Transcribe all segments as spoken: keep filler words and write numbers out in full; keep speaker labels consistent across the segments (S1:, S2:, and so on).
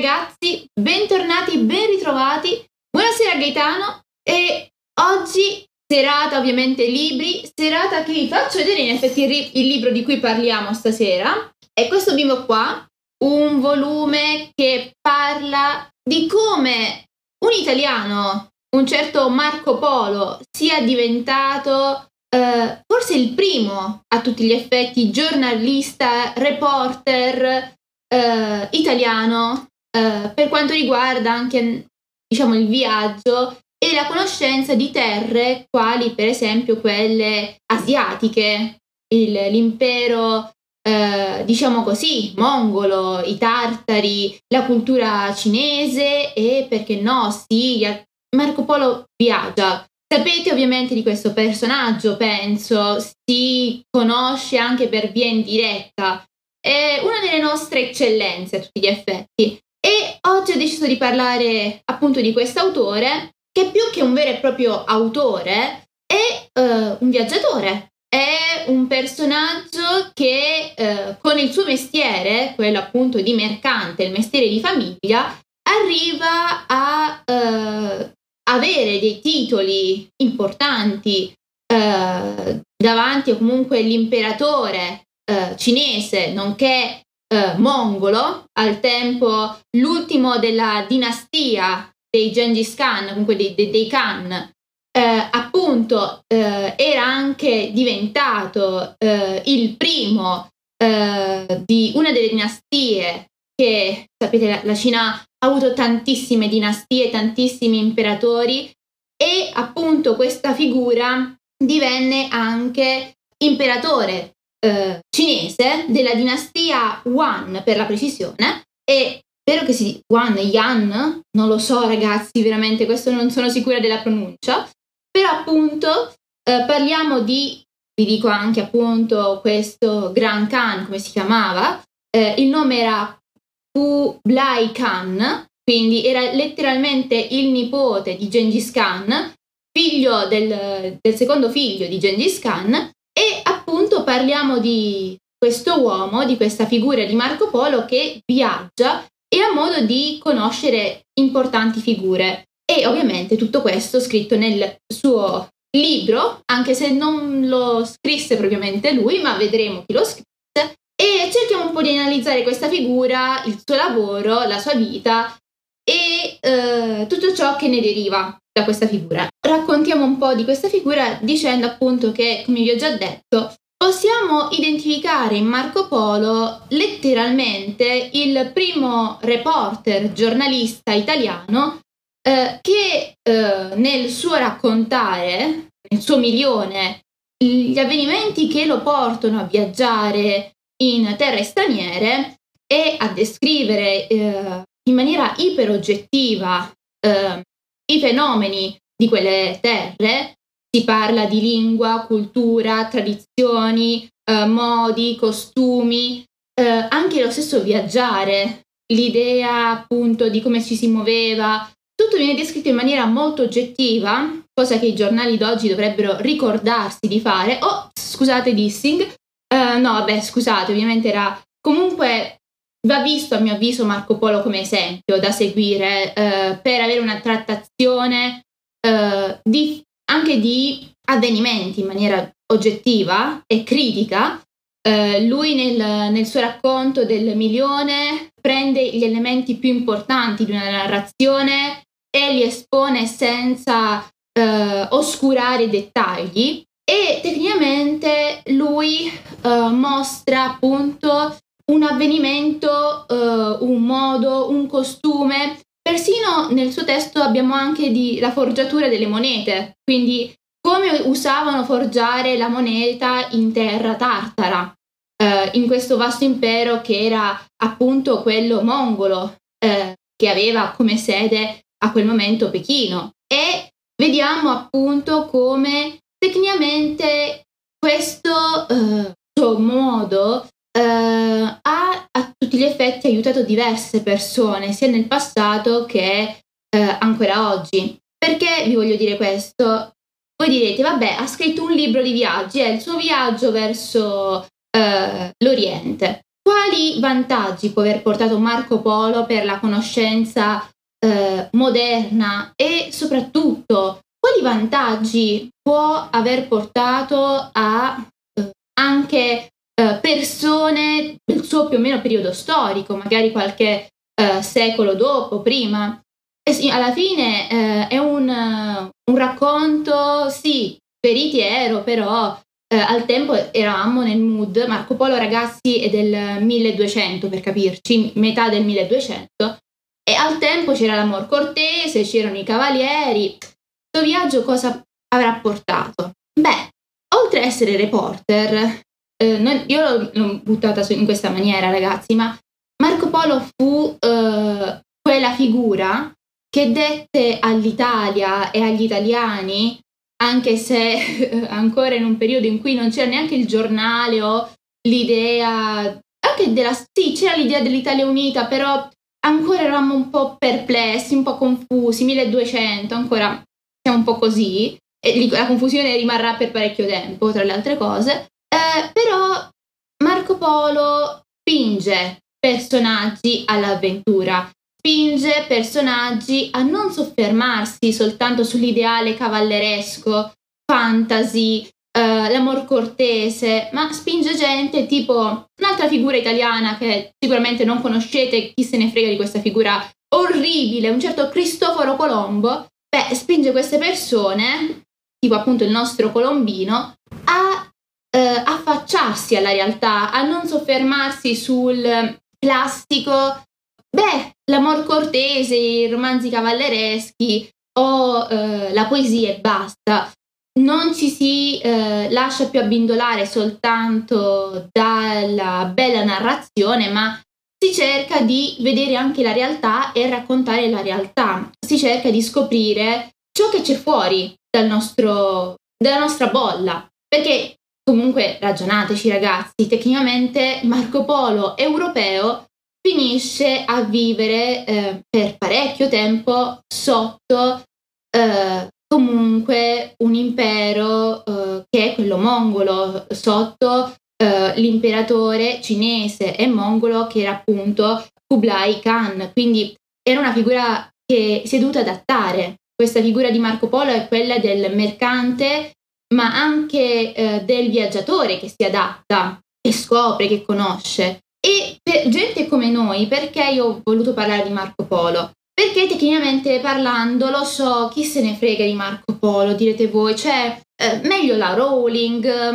S1: ragazzi, bentornati, ben ritrovati. Buonasera Gaetano e oggi serata ovviamente libri, serata che vi faccio vedere in effetti il, ri- il libro di cui parliamo stasera. È questo bimbo qua, un volume che parla di come un italiano, un certo Marco Polo, sia diventato eh, forse il primo a tutti gli effetti giornalista, reporter eh, italiano eh, per quanto riguarda anche, diciamo, il viaggio e la conoscenza di terre quali per esempio quelle asiatiche, il, l'impero eh, diciamo così mongolo, i tartari, la cultura cinese e perché no, sì, Marco Polo viaggia. Sapete ovviamente di questo personaggio, penso, si conosce anche per via indiretta, è una delle nostre eccellenze a tutti gli effetti. E oggi ho deciso di parlare appunto di quest'autore che più che un vero e proprio autore è uh, un viaggiatore, è un personaggio che uh, con il suo mestiere, quello appunto di mercante, il mestiere di famiglia, arriva a uh, avere dei titoli importanti uh, davanti a comunque l'imperatore uh, cinese, nonché uh, mongolo, al tempo l'ultimo della dinastia dei Gengis Khan, comunque dei, dei, dei Khan, eh, appunto eh, era anche diventato eh, il primo eh, di una delle dinastie che, sapete, la, la Cina ha avuto tantissime dinastie, tantissimi imperatori e appunto questa figura divenne anche imperatore eh, cinese della dinastia Han per la precisione e spero che si Wan, Yan, non lo so ragazzi, veramente questo non sono sicura della pronuncia, però appunto eh, parliamo di, vi dico anche appunto questo Gran Khan, come si chiamava, eh, il nome era Kublai Khan, quindi era letteralmente il nipote di Gengis Khan, figlio del, del secondo figlio di Gengis Khan, e appunto parliamo di questo uomo, di questa figura di Marco Polo che viaggia e ha modo di conoscere importanti figure e ovviamente tutto questo scritto nel suo libro, anche se non lo scrisse propriamente lui, ma vedremo chi lo scrisse e cerchiamo un po' di analizzare questa figura, il suo lavoro, la sua vita e eh, tutto ciò che ne deriva da questa figura. Raccontiamo un po' di questa figura dicendo appunto che, come vi ho già detto, possiamo identificare in Marco Polo letteralmente il primo reporter giornalista italiano eh, che eh, nel suo raccontare, nel suo milione, gli avvenimenti che lo portano a viaggiare in terre straniere e a descrivere eh, in maniera iperoggettiva eh, i fenomeni di quelle terre. Si parla di lingua, cultura, tradizioni, eh, modi, costumi, eh, anche lo stesso viaggiare, l'idea appunto di come ci si muoveva, tutto viene descritto in maniera molto oggettiva, cosa che i giornali d'oggi dovrebbero ricordarsi di fare. Oh, scusate dissing, uh, no vabbè scusate, ovviamente era comunque va visto a mio avviso Marco Polo come esempio da seguire uh, per avere una trattazione uh, di anche di avvenimenti in maniera oggettiva e critica. Uh, lui nel, nel suo racconto del milione prende gli elementi più importanti di una narrazione e li espone senza uh, oscurare i dettagli e tecnicamente lui uh, mostra appunto un avvenimento, uh, un modo, un costume. Persino nel suo testo abbiamo anche di la forgiatura delle monete, quindi come usavano forgiare la moneta in terra tartara, eh, in questo vasto impero che era appunto quello mongolo, eh, che aveva come sede a quel momento Pechino. E vediamo appunto come tecnicamente questo eh, suo modo eh, ha a tutti gli effetti aiutato diverse persone, sia nel passato che eh, ancora oggi. Perché vi voglio dire questo? Voi direte, vabbè, ha scritto un libro di viaggi, è il suo viaggio verso eh, l'Oriente. quali vantaggi può aver portato Marco Polo per la conoscenza eh, moderna e soprattutto quali vantaggi può aver portato a eh, anche eh, persone del suo più o meno periodo storico, magari qualche eh, secolo dopo, prima. E sì, alla fine eh, è un, uh, un racconto, sì, veritiero, però eh, al tempo eravamo nel mood. Marco Polo, ragazzi, è del milleduecento, per capirci, metà del milleduecento, e al tempo c'era l'amor cortese, c'erano i cavalieri. Questo viaggio cosa avrà portato? Beh, oltre a essere reporter, eh, non, io l'ho buttata in questa maniera, ragazzi, ma Marco Polo fu eh, quella figura che dette all'Italia e agli italiani, anche se ancora in un periodo in cui non c'era neanche il giornale o l'idea, anche della, sì, c'era l'idea dell'Italia unita, però ancora eravamo un po' perplessi, un po' confusi, milleduecento, ancora siamo un po' così, e la confusione rimarrà per parecchio tempo, tra le altre cose, eh, però Marco Polo spinge personaggi all'avventura, spinge personaggi a non soffermarsi soltanto sull'ideale cavalleresco, fantasy, eh, l'amor cortese, ma spinge gente tipo un'altra figura italiana che sicuramente non conoscete, chi se ne frega di questa figura orribile, un certo Cristoforo Colombo. Beh, spinge queste persone, tipo appunto il nostro Colombino, a eh, affacciarsi alla realtà, a non soffermarsi sul classico, beh, l'amor cortese, i romanzi cavallereschi o eh, la poesia e basta. Non ci si eh, lascia più abbindolare soltanto dalla bella narrazione, ma si cerca di vedere anche la realtà e raccontare la realtà. Si cerca di scoprire ciò che c'è fuori dal nostro, dalla nostra bolla. Perché comunque, ragionateci ragazzi, tecnicamente Marco Polo europeo finisce a vivere eh, per parecchio tempo sotto eh, comunque un impero eh, che è quello mongolo, sotto eh, l'imperatore cinese e mongolo che era appunto Kublai Khan. Quindi era una figura che si è dovuta adattare. Questa figura di Marco Polo è quella del mercante, ma anche eh, del viaggiatore che si adatta, che scopre, che conosce. E per gente come noi, perché io ho voluto parlare di Marco Polo? Perché tecnicamente parlando, lo so, chi se ne frega di Marco Polo, direte voi, cioè eh, meglio la Rowling,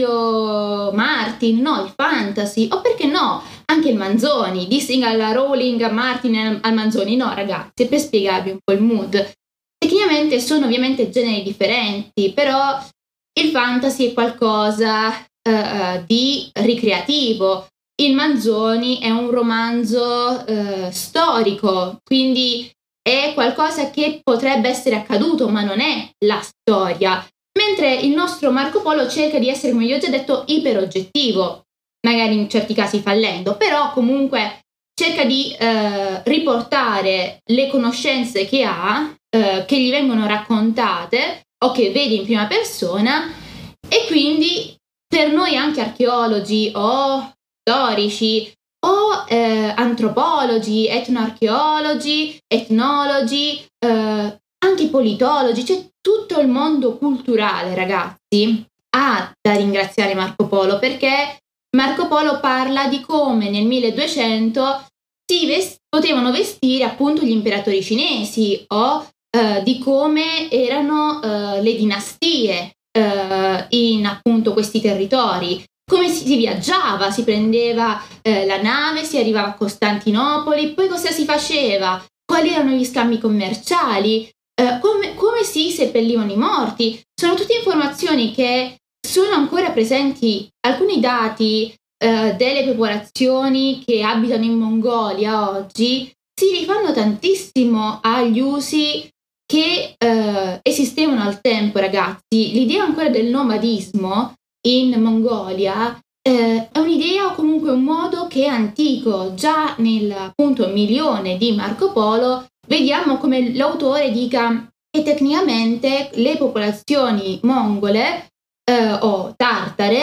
S1: meglio Martin, no, il fantasy, o perché no, anche il Manzoni, dissing alla Rowling, a Martin, al Manzoni, no ragazzi, è per spiegarvi un po' il mood. Tecnicamente sono ovviamente generi differenti, però il fantasy è qualcosa eh, di ricreativo. Il Manzoni è un romanzo eh, storico, quindi è qualcosa che potrebbe essere accaduto, ma non è la storia. Mentre il nostro Marco Polo cerca di essere, come vi ho già detto, iperoggettivo, magari in certi casi fallendo, però comunque cerca di eh, riportare le conoscenze che ha, eh, che gli vengono raccontate o che vede in prima persona, e quindi per noi anche archeologi o storici o eh, antropologi, etnoarcheologi, etnologi, eh, anche politologi, c'è tutto il mondo culturale, ragazzi, ha da ringraziare Marco Polo, perché Marco Polo parla di come nel milleduecento si vest- potevano vestire appunto gli imperatori cinesi o eh, di come erano eh, le dinastie eh, in appunto questi territori. Come si, si viaggiava, si prendeva eh, la nave, si arrivava a Costantinopoli, poi cosa si faceva, quali erano gli scambi commerciali, eh, come, come si seppellivano i morti. Sono tutte informazioni che sono ancora presenti. Alcuni dati eh, delle popolazioni che abitano in Mongolia oggi si rifanno tantissimo agli usi che eh, esistevano al tempo, ragazzi. L'idea ancora del nomadismo in Mongolia eh, è un'idea o comunque un modo che è antico. Già nel appunto milione di Marco Polo vediamo come l'autore dica che tecnicamente le popolazioni mongole eh, o tartare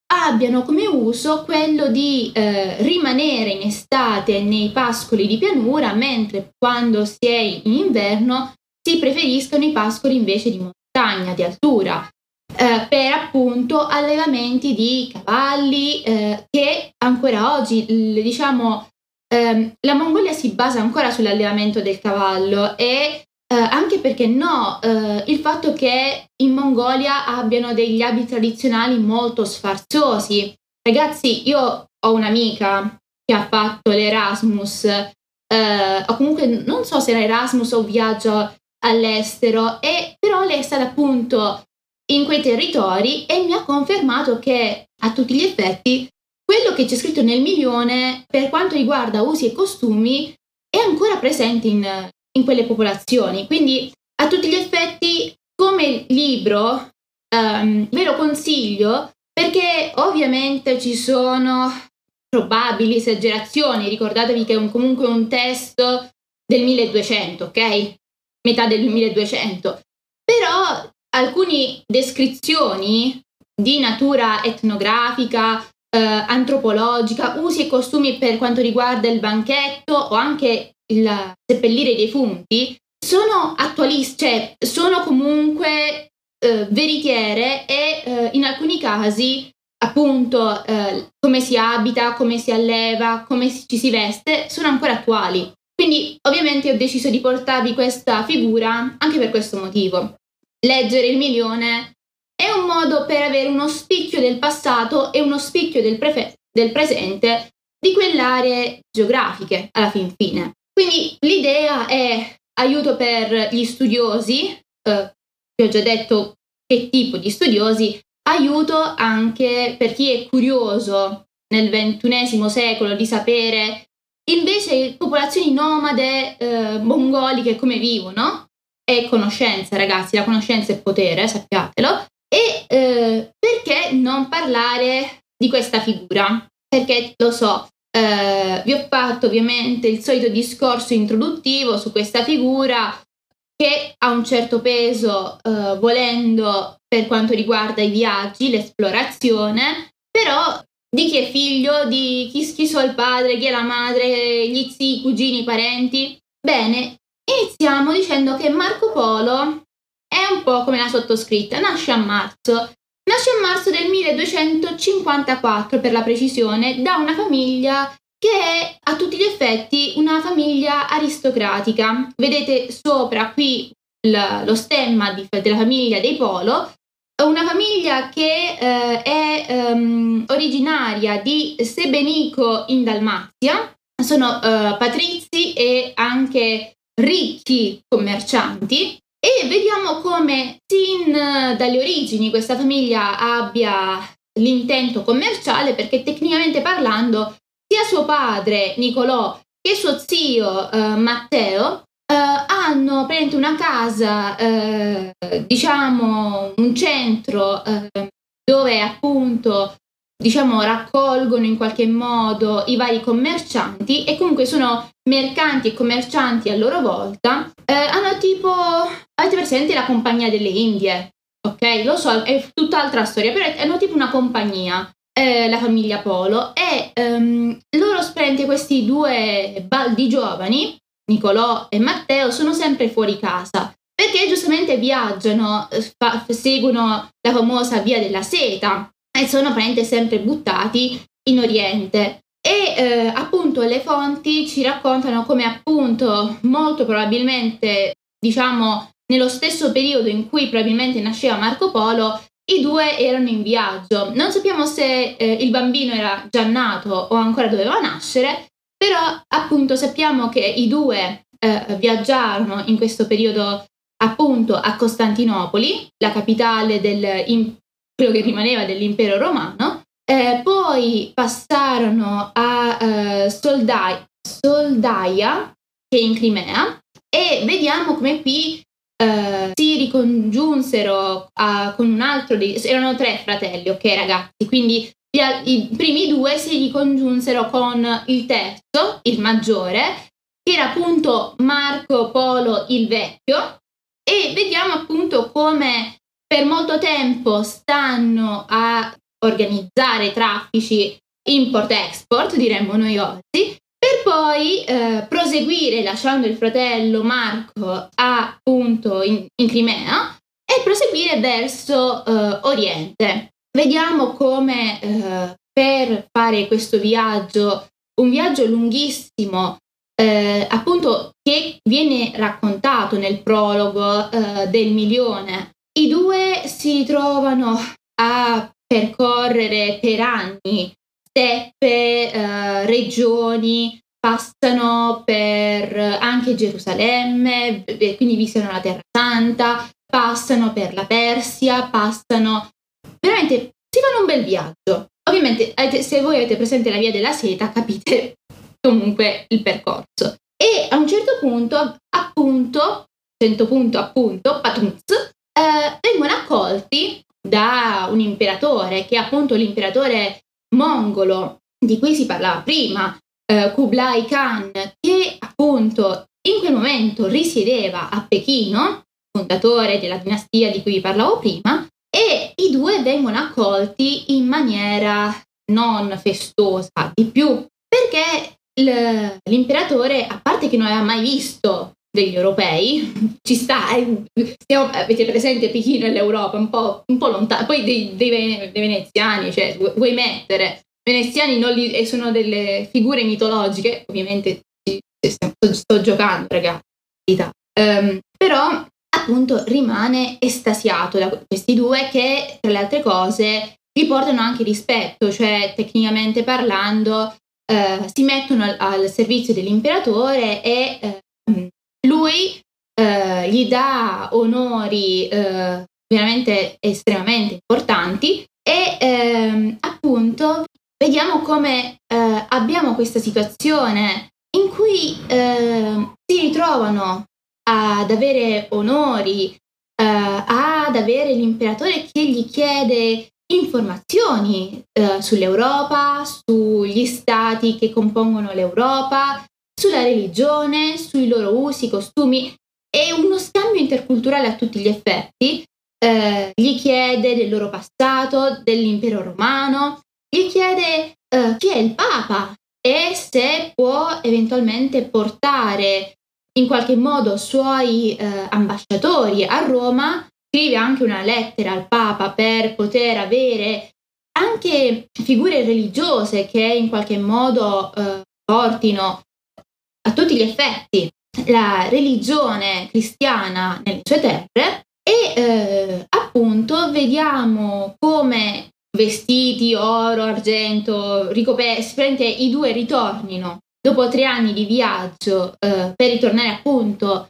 S1: abbiano come uso quello di eh, rimanere in estate nei pascoli di pianura, mentre quando si è in inverno si preferiscono i pascoli invece di montagna, di altura, eh, per appunto allevamenti di cavalli eh, che ancora oggi, l- diciamo, ehm, la Mongolia si basa ancora sull'allevamento del cavallo e eh, anche perché no, eh, il fatto che in Mongolia abbiano degli abiti tradizionali molto sfarzosi. Ragazzi, io ho un'amica che ha fatto l'Erasmus, eh, o comunque non so se era Erasmus o viaggio all'estero, e però lei è stata appunto in quei territori e mi ha confermato che a tutti gli effetti quello che c'è scritto nel milione per quanto riguarda usi e costumi è ancora presente in, in quelle popolazioni. Quindi a tutti gli effetti come libro um, ve lo consiglio, perché ovviamente ci sono probabili esagerazioni. Ricordatevi che è un, comunque un testo del milleduecento, ok? Metà del milleduecento. Però alcune descrizioni di natura etnografica, eh, antropologica, usi e costumi per quanto riguarda il banchetto o anche il seppellire i defunti, sono attualisti, cioè sono comunque eh, veritiere e eh, in alcuni casi appunto eh, come si abita, come si alleva, come ci si veste, sono ancora attuali. Quindi ovviamente ho deciso di portarvi questa figura anche per questo motivo. Leggere il milione è un modo per avere uno spicchio del passato e uno spicchio del, prefe- del presente di quelle aree geografiche alla fin fine. Quindi l'idea è aiuto per gli studiosi, eh, vi ho già detto che tipo di studiosi, aiuto anche per chi è curioso nel ventunesimo secolo di sapere invece popolazioni nomade eh, mongoliche come vivono. È conoscenza, ragazzi, la conoscenza è potere, sappiatelo. E eh, perché non parlare di questa figura? Perché lo so, eh, vi ho fatto ovviamente il solito discorso introduttivo su questa figura che ha un certo peso, eh, volendo, per quanto riguarda i viaggi, l'esplorazione, però di chi è figlio, di chi, chi so il padre, chi è la madre, gli zii, i cugini, i parenti. Bene, iniziamo dicendo che Marco Polo è un po' come la sottoscritta, nasce a marzo, nasce a marzo del milleduecentocinquantaquattro per la precisione, da una famiglia che è a tutti gli effetti una famiglia aristocratica. Vedete sopra qui l- lo stemma di, della famiglia dei Polo, una famiglia che eh, è um, originaria di Sebenico in Dalmazia, sono uh, patrizi e anche ricchi commercianti, e vediamo come sin dalle origini questa famiglia abbia l'intento commerciale, perché tecnicamente parlando sia suo padre Nicolò che suo zio uh, Matteo Uh, hanno praticamente una casa, uh, diciamo un centro uh, dove appunto diciamo raccolgono in qualche modo i vari commercianti, e comunque sono mercanti e commercianti a loro volta. Uh, hanno tipo, avete presente la Compagnia delle Indie? Ok, lo so, è tutt'altra storia, però hanno tipo una compagnia, eh, la famiglia Polo, e um, loro sprente questi due baldi giovani, Nicolò e Matteo, sono sempre fuori casa perché giustamente viaggiano, fa, seguono la famosa via della seta e sono praticamente sempre buttati in Oriente. E eh, appunto le fonti ci raccontano come appunto molto probabilmente, diciamo nello stesso periodo in cui probabilmente nasceva Marco Polo, i due erano in viaggio. Non sappiamo se eh, il bambino era già nato o ancora doveva nascere, però appunto sappiamo che i due eh, viaggiarono in questo periodo appunto a Costantinopoli, la capitale del in, quello che rimaneva dell'impero romano, eh, poi passarono a eh, Soldai, Soldaia, che è in Crimea, e vediamo come qui eh, si ricongiunsero a, con un altro dei, erano tre fratelli, ok ragazzi, quindi i primi due si ricongiunsero con il terzo, il maggiore, che era appunto Marco Polo il Vecchio, e vediamo appunto come per molto tempo stanno a organizzare traffici import-export, diremmo noi oggi, per poi eh, proseguire lasciando il fratello Marco appunto in, in Crimea e proseguire verso eh, Oriente. Vediamo come eh, per fare questo viaggio, un viaggio lunghissimo, eh, appunto che viene raccontato nel prologo eh, del Milione, i due si trovano a percorrere per anni steppe, eh, regioni, passano per anche Gerusalemme, quindi visitano la Terra Santa, passano per la Persia, passano veramente, si fanno un bel viaggio. Ovviamente se voi avete presente la Via della Seta capite comunque il percorso. E a un certo punto, appunto, cento punto appunto, Patunz, eh, vengono accolti da un imperatore che è appunto l'imperatore mongolo di cui si parlava prima, eh, Kublai Khan, che appunto in quel momento risiedeva a Pechino, fondatore della dinastia di cui vi parlavo prima, e i due vengono accolti in maniera non festosa, di più, perché l- l'imperatore, a parte che non aveva mai visto degli europei, ci sta, eh, stiamo, avete presente Pechino e l'Europa, un po', un po' lontano, poi dei, dei, dei veneziani, cioè vuoi mettere, veneziani non li, sono delle figure mitologiche, ovviamente ci, sto, sto giocando ragazzi, um, però appunto rimane estasiato da questi due che tra le altre cose gli portano anche rispetto, cioè tecnicamente parlando eh, si mettono al, al servizio dell'imperatore e eh, lui eh, gli dà onori eh, veramente estremamente importanti e ehm, appunto vediamo come eh, abbiamo questa situazione in cui eh, si ritrovano ad avere onori, eh, ad avere l'imperatore che gli chiede informazioni eh, sull'Europa, sugli stati che compongono l'Europa, sulla religione, sui loro usi, costumi, e uno scambio interculturale a tutti gli effetti. Eh, gli chiede del loro passato, dell'impero romano, gli chiede eh, chi è il Papa e se può eventualmente portare in qualche modo suoi eh, ambasciatori a Roma. Scrive anche una lettera al Papa per poter avere anche figure religiose che in qualche modo eh, portino a tutti gli effetti la religione cristiana nelle sue terre e eh, appunto vediamo come vestiti, oro, argento, ricoperti, i due ritornino dopo tre anni di viaggio eh, per ritornare appunto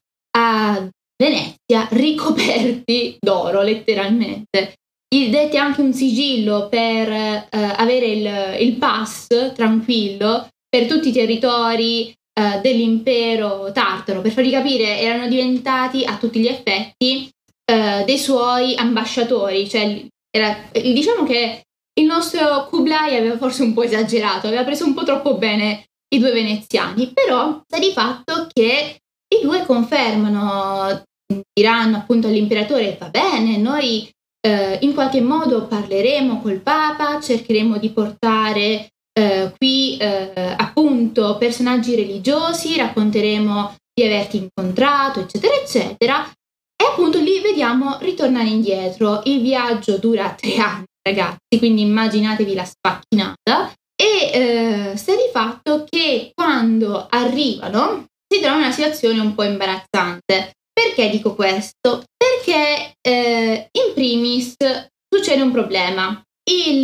S1: a Venezia ricoperti d'oro letteralmente. Gli dette anche un sigillo per eh, avere il, il pass tranquillo per tutti i territori eh, dell'impero tartaro, per farvi capire erano diventati a tutti gli effetti eh, dei suoi ambasciatori, cioè era, diciamo che il nostro Kublai aveva forse un po' esagerato, aveva preso un po' troppo bene i due veneziani, però sta di fatto che i due confermano, diranno appunto all'imperatore va bene, noi eh, in qualche modo parleremo col Papa, cercheremo di portare eh, qui eh, appunto personaggi religiosi, racconteremo di averti incontrato, eccetera, eccetera. E appunto lì vediamo ritornare indietro. Il viaggio dura tre anni, ragazzi, quindi immaginatevi la spacchinata. E eh, sta di fatto che quando arrivano si trovano in una situazione un po' imbarazzante. Perché dico questo? Perché eh, in primis succede un problema. Il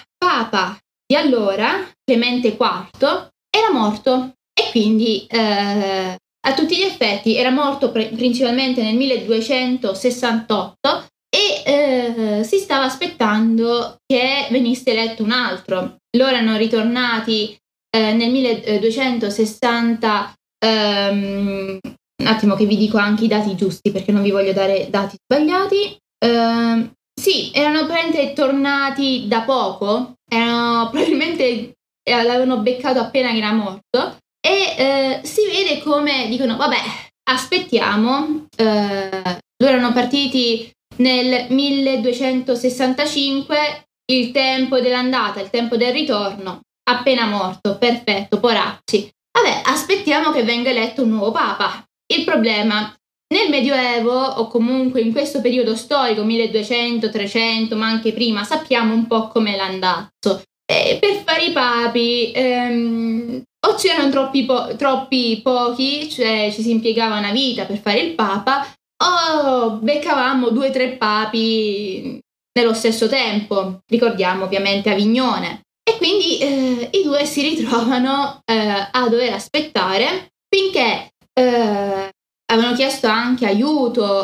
S1: Papa di allora, Clemente quarto, era morto e quindi eh, a tutti gli effetti era morto pre- principalmente nel milleduecentosessantotto e eh, si stava aspettando che venisse eletto un altro. Loro erano ritornati eh, nel milleduecentosessanta, ehm, un attimo che vi dico anche i dati giusti perché non vi voglio dare dati sbagliati. Uh, sì, erano praticamente tornati da poco, erano probabilmente eh, l'avevano beccato appena che era morto e eh, si vede come dicono vabbè aspettiamo, eh, loro erano partiti nel milleduecentosessantacinque il tempo dell'andata, il tempo del ritorno, appena morto, perfetto, poracci. Vabbè, aspettiamo che venga eletto un nuovo papa. Il problema, nel Medioevo o comunque in questo periodo storico, milleduecento, trecento, ma anche prima, sappiamo un po' com'è l'andazzo. E per fare i papi ehm, o c'erano troppi, po- troppi pochi, cioè ci si impiegava una vita per fare il papa, o beccavamo due o tre papi nello stesso tempo. Ricordiamo ovviamente Avignone. E quindi eh, i due si ritrovano eh, a dover aspettare finché eh, avevano chiesto anche aiuto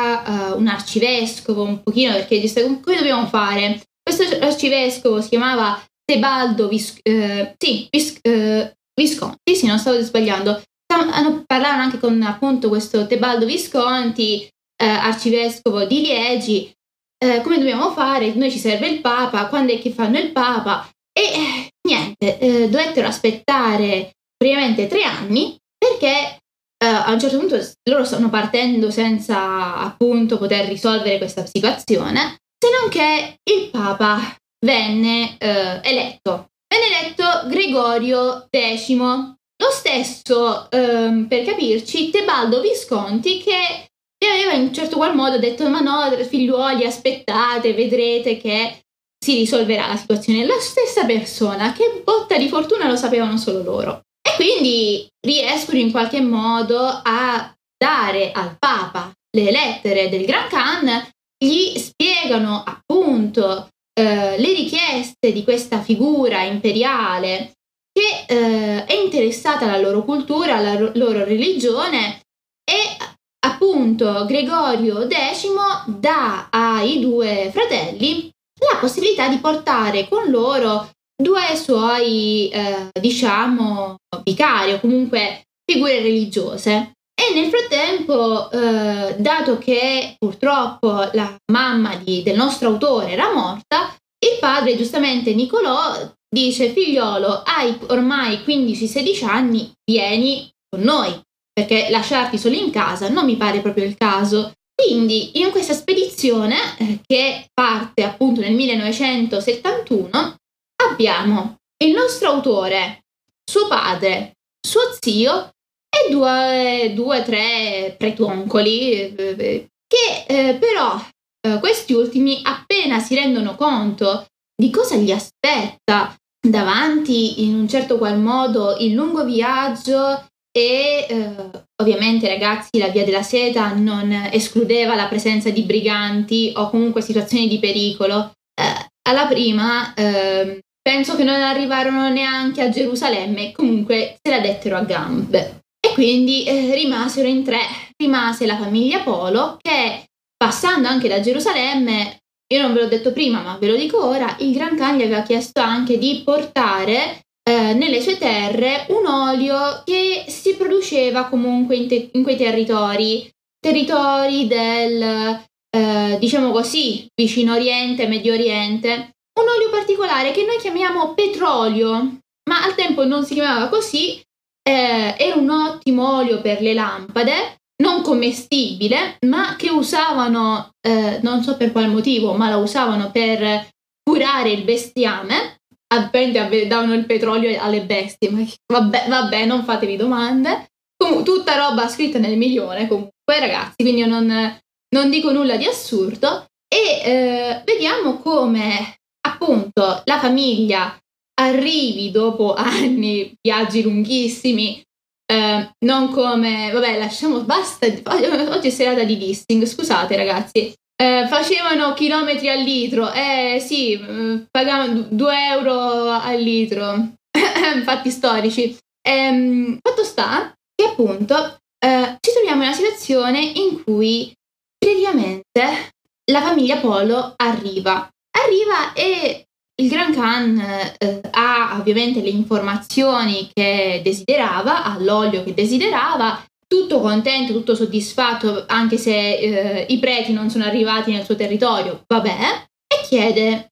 S1: a uh, un arcivescovo un pochino, perché disse come dobbiamo fare? Questo arcivescovo si chiamava Tebaldo Vis- eh, sì, Vis- eh, Visconti, sì, non stavo sbagliando. Hanno parlato anche con appunto questo Tebaldo Visconti, eh, arcivescovo di Liegi. Eh, come dobbiamo fare? Noi ci serve il Papa, quando è che fanno il Papa? E eh, niente, eh, dovettero aspettare praticamente tre anni perché eh, a un certo punto loro stanno partendo senza appunto poter risolvere questa situazione, se non che il Papa venne eh, eletto. Venne eletto Gregorio decimo, lo stesso, ehm, per capirci, Tebaldo Visconti che gli aveva in un certo qual modo detto ma no, figliuoli, aspettate, vedrete che si risolverà la situazione. La stessa persona, che botta di fortuna lo sapevano solo loro. E quindi riescono in qualche modo a dare al Papa le lettere del Gran Khan, gli spiegano appunto eh, le richieste di questa figura imperiale che eh, è interessata alla loro cultura, alla ro- loro religione, e appunto Gregorio decimo dà ai due fratelli la possibilità di portare con loro due suoi, eh, diciamo, vicari o comunque figure religiose. E nel frattempo, eh, dato che purtroppo la mamma di, del nostro autore era morta, il padre, giustamente Niccolò, dice: figliolo, hai ormai quindici sedici anni, vieni con noi, perché lasciarti solo in casa non mi pare proprio il caso. Quindi in questa spedizione, eh, che parte appunto nel millenovecentosettantuno, abbiamo il nostro autore, suo padre, suo zio e due, due tre pretuoncoli eh, che eh, però eh, questi ultimi, appena si rendono conto di cosa gli aspetta davanti in un certo qual modo il lungo viaggio, e eh, ovviamente ragazzi la via della seta non escludeva la presenza di briganti o comunque situazioni di pericolo, eh, alla prima eh, penso che non arrivarono neanche a Gerusalemme, comunque se la dettero a gambe. E quindi eh, rimasero in tre, rimase la famiglia Polo che, passando anche da Gerusalemme, io non ve l'ho detto prima ma ve lo dico ora, il Gran Khan gli aveva chiesto anche di portare eh, nelle sue terre un olio che si produceva comunque in, te- in quei territori, territori del, eh, diciamo così, vicino Oriente, Medio Oriente, un olio particolare che noi chiamiamo petrolio, ma al tempo non si chiamava così, eh, era un ottimo olio per le lampade, non commestibile, ma che usavano, eh, non so per quale motivo, ma la usavano per curare il bestiame. Apparentemente davano il petrolio alle bestie, ma vabbè, vabbè, non fatevi domande. Comunque, tutta roba scritta nel milione, comunque, ragazzi, quindi io non, non dico nulla di assurdo. E eh, vediamo come, appunto, la famiglia arrivi dopo anni, viaggi lunghissimi, eh, non come, vabbè, lasciamo, basta, oggi è serata di dissing, scusate ragazzi. Eh, facevano chilometri al litro, eh sì, pagavano due euro al litro, fatti storici. Ehm, fatto sta che appunto eh, ci troviamo in una situazione in cui praticamente la famiglia Polo arriva, arriva e il Gran Khan eh, ha ovviamente le informazioni che desiderava, ha l'olio che desiderava, tutto contento, tutto soddisfatto, anche se eh, i preti non sono arrivati nel suo territorio, vabbè, e chiede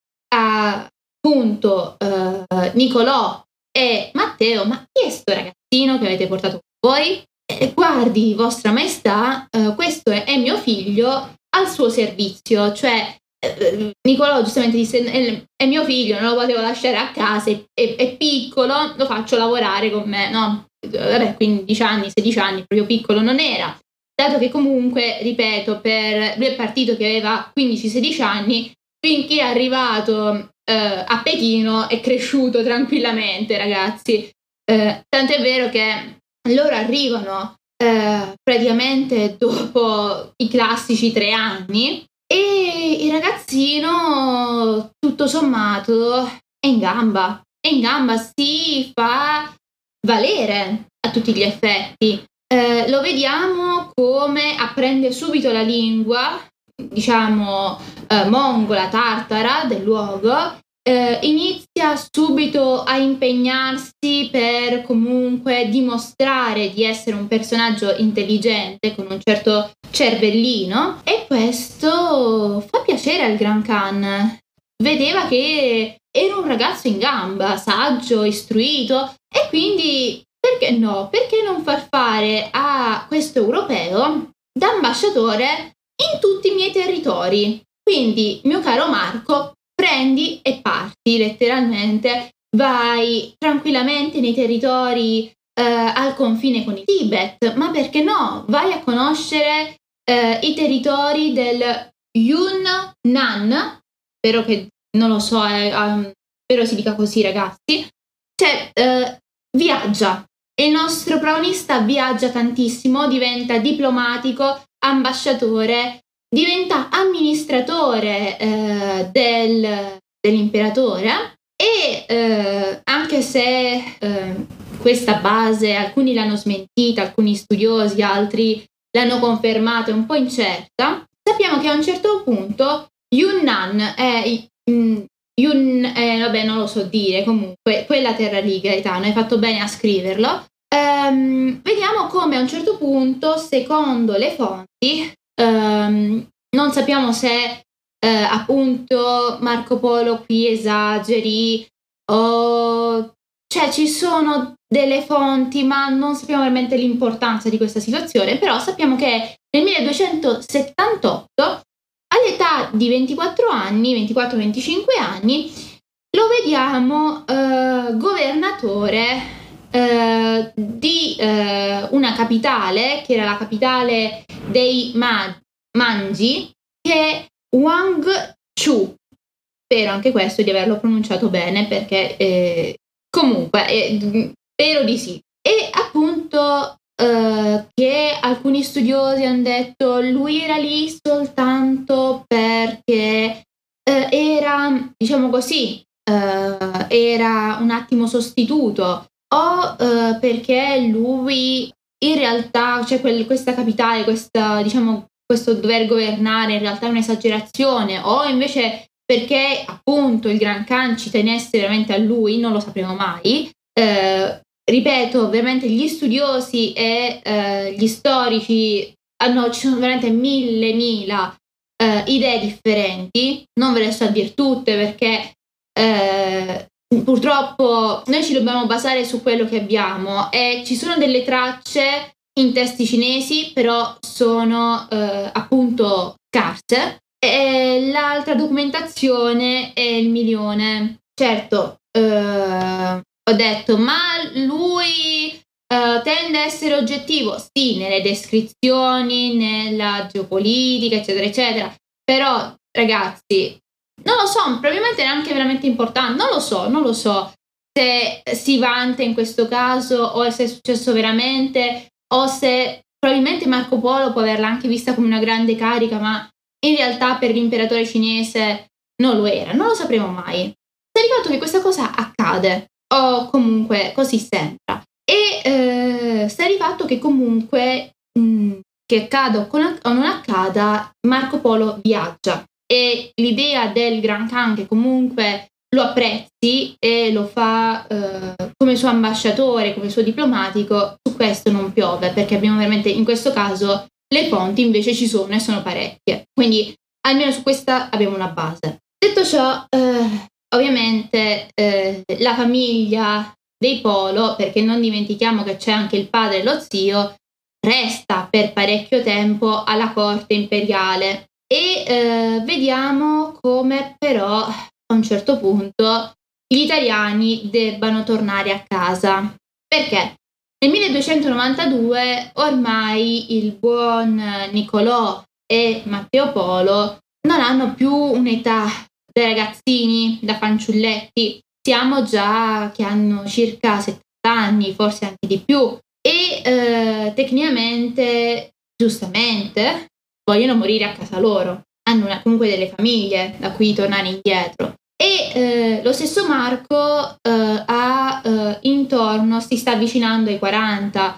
S1: a appunto eh, Niccolò e Matteo: ma chi è sto ragazzino che avete portato con voi? E guardi, vostra maestà, eh, questo è, è mio figlio al suo servizio, cioè eh, Niccolò giustamente disse è, è mio figlio, non lo potevo lasciare a casa, è, è, è piccolo, lo faccio lavorare con me, no? Vabbè, quindici anni, sedici anni, proprio piccolo non era, dato che comunque, ripeto, per lui è partito che aveva quindici sedici anni, finché è arrivato eh, a Pechino è cresciuto tranquillamente, ragazzi. Eh, tant'è vero che loro arrivano eh, praticamente dopo i classici tre anni e il ragazzino, tutto sommato, è in gamba, è in gamba, si fa valere a tutti gli effetti. Eh, lo vediamo come apprende subito la lingua, diciamo, eh, mongola, tartara del luogo, eh, inizia subito a impegnarsi per comunque dimostrare di essere un personaggio intelligente con un certo cervellino, e questo fa piacere al Gran Khan. Vedeva che era un ragazzo in gamba, saggio, istruito, e quindi perché no? Perché non far fare a questo europeo da ambasciatore in tutti i miei territori? Quindi, mio caro Marco, prendi e parti, letteralmente, vai tranquillamente nei territori eh, al confine con il Tibet, ma perché no? Vai a conoscere eh, i territori del Yunnan, spero che, non lo so, eh, um, spero si dica così, ragazzi, cioè eh, viaggia. Il nostro protagonista viaggia tantissimo, diventa diplomatico, ambasciatore, diventa amministratore eh, del, dell'imperatore e eh, anche se eh, questa base alcuni l'hanno smentita, alcuni studiosi, altri l'hanno confermata, è un po' incerta, sappiamo che a un certo punto Yunnan è... Mm, Yun, eh, vabbè, non lo so dire, comunque quella terra lì, Gaetano, hai fatto bene a scriverlo. Ehm, vediamo come a un certo punto, secondo le fonti, ehm, non sappiamo se eh, appunto Marco Polo qui esageri o... cioè ci sono delle fonti, ma non sappiamo veramente l'importanza di questa situazione, però sappiamo che nel milleduecentosettantotto, all'età di ventiquattro anni, ventiquattro venticinque anni, lo vediamo eh, governatore eh, di eh, una capitale, che era la capitale dei Ma- Manji, che è Guangzhou. Spero anche questo di averlo pronunciato bene, perché eh, comunque eh, spero di sì. E appunto Uh, che alcuni studiosi hanno detto lui era lì soltanto perché uh, era, diciamo così, uh, era un attimo sostituto, o uh, perché lui in realtà, cioè quel, questa capitale, questa, diciamo, questo dover governare in realtà è un'esagerazione, o invece perché appunto il Gran Khan ci tenesse veramente a lui, non lo sapremo mai. Uh, Ripeto, ovviamente gli studiosi e eh, gli storici hanno, ci sono veramente mille, mila eh, idee differenti, non ve le sto a dire tutte perché eh, purtroppo noi ci dobbiamo basare su quello che abbiamo, e ci sono delle tracce in testi cinesi, però sono eh, appunto scarse, e l'altra documentazione è il milione. Certo, eh, ho detto, ma lui uh, tende a essere oggettivo? Sì, nelle descrizioni, nella geopolitica, eccetera, eccetera. Però, ragazzi, non lo so, probabilmente neanche veramente importante, non lo so, non lo so se si vanta in questo caso o se è successo veramente, o se probabilmente Marco Polo può averla anche vista come una grande carica, ma in realtà per l'imperatore cinese non lo era, non lo sapremo mai. Sta di fatto che questa cosa accade, o comunque così sembra, e eh, sta di fatto che comunque mh, che accada o non accada, Marco Polo viaggia, e l'idea del Gran Khan che comunque lo apprezzi e lo fa eh, come suo ambasciatore, come suo diplomatico, su questo non piove, perché abbiamo veramente in questo caso le fonti invece ci sono e sono parecchie, quindi almeno su questa abbiamo una base. Detto ciò, eh, ovviamente eh, la famiglia dei Polo, perché non dimentichiamo che c'è anche il padre e lo zio, resta per parecchio tempo alla corte imperiale, e eh, vediamo come però a un certo punto gli italiani debbano tornare a casa. Perché? Nel milleduecentonovantadue ormai il buon Nicolò e Matteo Polo non hanno più un'età da ragazzini, da fanciulletti, siamo già che hanno circa settanta anni, forse anche di più, e eh, tecnicamente, giustamente, vogliono morire a casa loro, hanno una, comunque delle famiglie da cui tornare indietro. E eh, lo stesso Marco eh, ha eh, intorno, si sta avvicinando ai quaranta,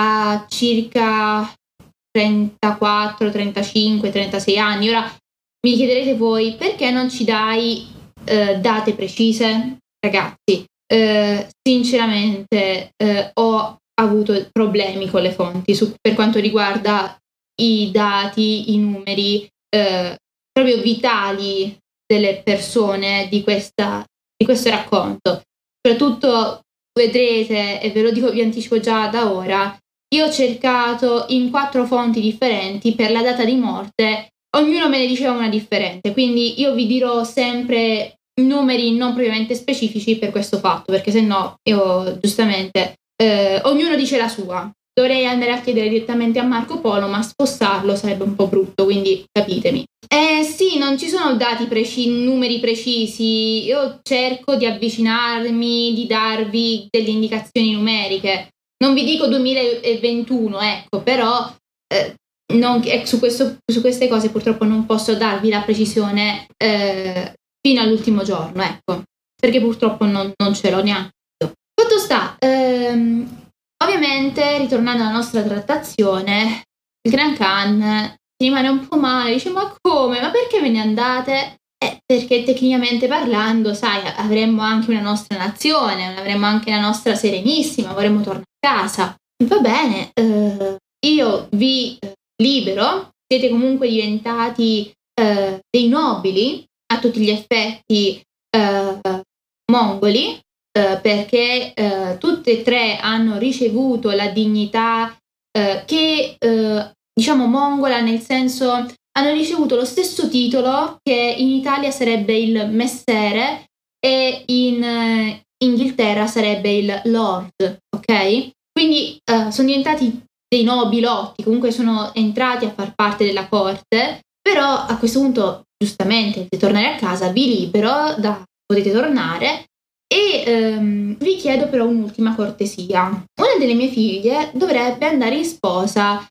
S1: a circa trentaquattro, trentacinque, trentasei anni. Ora mi chiederete voi perché non ci dai eh, date precise? Ragazzi, eh, sinceramente eh, ho avuto problemi con le fonti su, per quanto riguarda i dati, i numeri eh, proprio vitali delle persone di, questa, di questo racconto. Soprattutto vedrete, e ve lo dico, vi anticipo già da ora, io ho cercato in quattro fonti differenti per la data di morte, ognuno me ne diceva una differente, quindi io vi dirò sempre numeri non propriamente specifici per questo fatto, perché se no io giustamente eh, ognuno dice la sua. Dovrei andare a chiedere direttamente a Marco Polo, ma spostarlo sarebbe un po' brutto, quindi capitemi. Eh sì, non ci sono dati precisi, numeri precisi, io cerco di avvicinarmi, di darvi delle indicazioni numeriche. Non vi dico duemilaventuno, ecco, però eh, non, eh, su, questo, su queste cose purtroppo non posso darvi la precisione eh, fino all'ultimo giorno, ecco, perché purtroppo non, non ce l'ho neanche io. Fatto sta, ehm, ovviamente, ritornando alla nostra trattazione, il Gran Khan si rimane un po' male, dice ma come, ma perché ve ne andate? Eh, perché tecnicamente parlando, sai, avremmo anche una nostra nazione, avremmo anche la nostra Serenissima, vorremmo tornare a casa. Va bene, eh, io vi eh, libero, siete comunque diventati eh, dei nobili, a tutti gli effetti eh, mongoli, eh, perché eh, tutte e tre hanno ricevuto la dignità eh, che, eh, diciamo, mongola, nel senso hanno ricevuto lo stesso titolo che in Italia sarebbe il messere e in eh, Inghilterra sarebbe il lord, ok? Quindi eh, sono diventati dei nobilotti, comunque sono entrati a far parte della corte, però a questo punto giustamente se tornare a casa vi libero, da, potete tornare e ehm, vi chiedo però un'ultima cortesia. Una delle mie figlie dovrebbe andare in sposa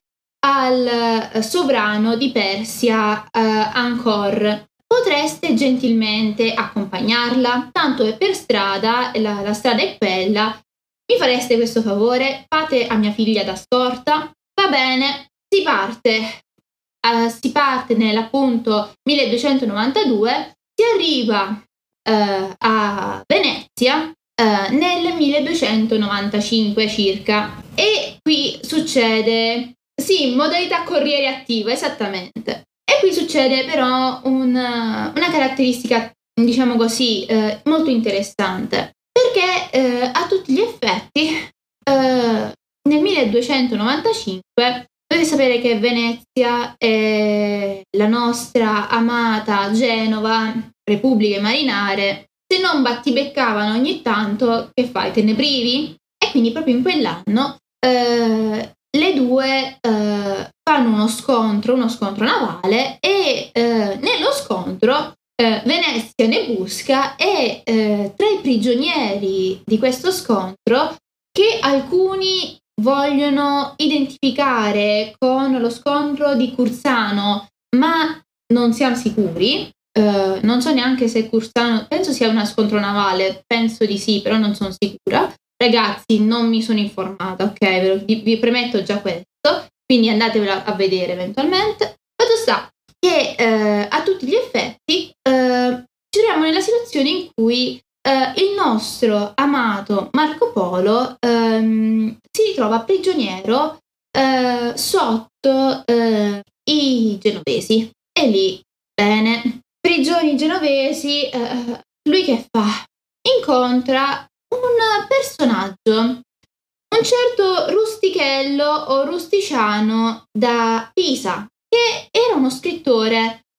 S1: al sovrano di Persia, eh, Angkor. Potreste gentilmente accompagnarla, tanto è per strada, la, la strada è quella, mi fareste questo favore? Fate a mia figlia da scorta? Va bene, si parte. Uh, si parte nell'appunto milleduecentonovantadue, si arriva uh, a Venezia uh, nel milleduecentonovantacinque circa, e qui succede, sì, modalità corriere attiva, esattamente, e qui succede però un, una caratteristica, diciamo così, uh, molto interessante, perché uh, a tutti gli effetti uh, nel milleduecentonovantacinque dovete sapere che Venezia è la nostra amata Genova, Repubbliche Marinare, se non battibeccavano ogni tanto, che fai, te ne privi? E quindi proprio in quell'anno eh, le due eh, fanno uno scontro, uno scontro navale, e eh, nello scontro eh, Venezia ne busca, e eh, tra i prigionieri di questo scontro, che alcuni vogliono identificare con lo scontro di Curzano, ma non siamo sicuri, uh, non so neanche se Curzano, penso sia uno scontro navale, penso di sì, però non sono sicura. Ragazzi, non mi sono informata, ok? Ve lo, vi, vi premetto già questo, quindi andatevela a vedere eventualmente. Fatto sta che uh, a tutti gli effetti uh, ci troviamo nella situazione in cui Uh, il nostro amato Marco Polo um, si ritrova prigioniero uh, sotto uh, i genovesi, e lì, bene, prigioni genovesi, uh, lui che fa? Incontra un personaggio, un certo Rustichello o Rusticiano da Pisa, che era uno scrittore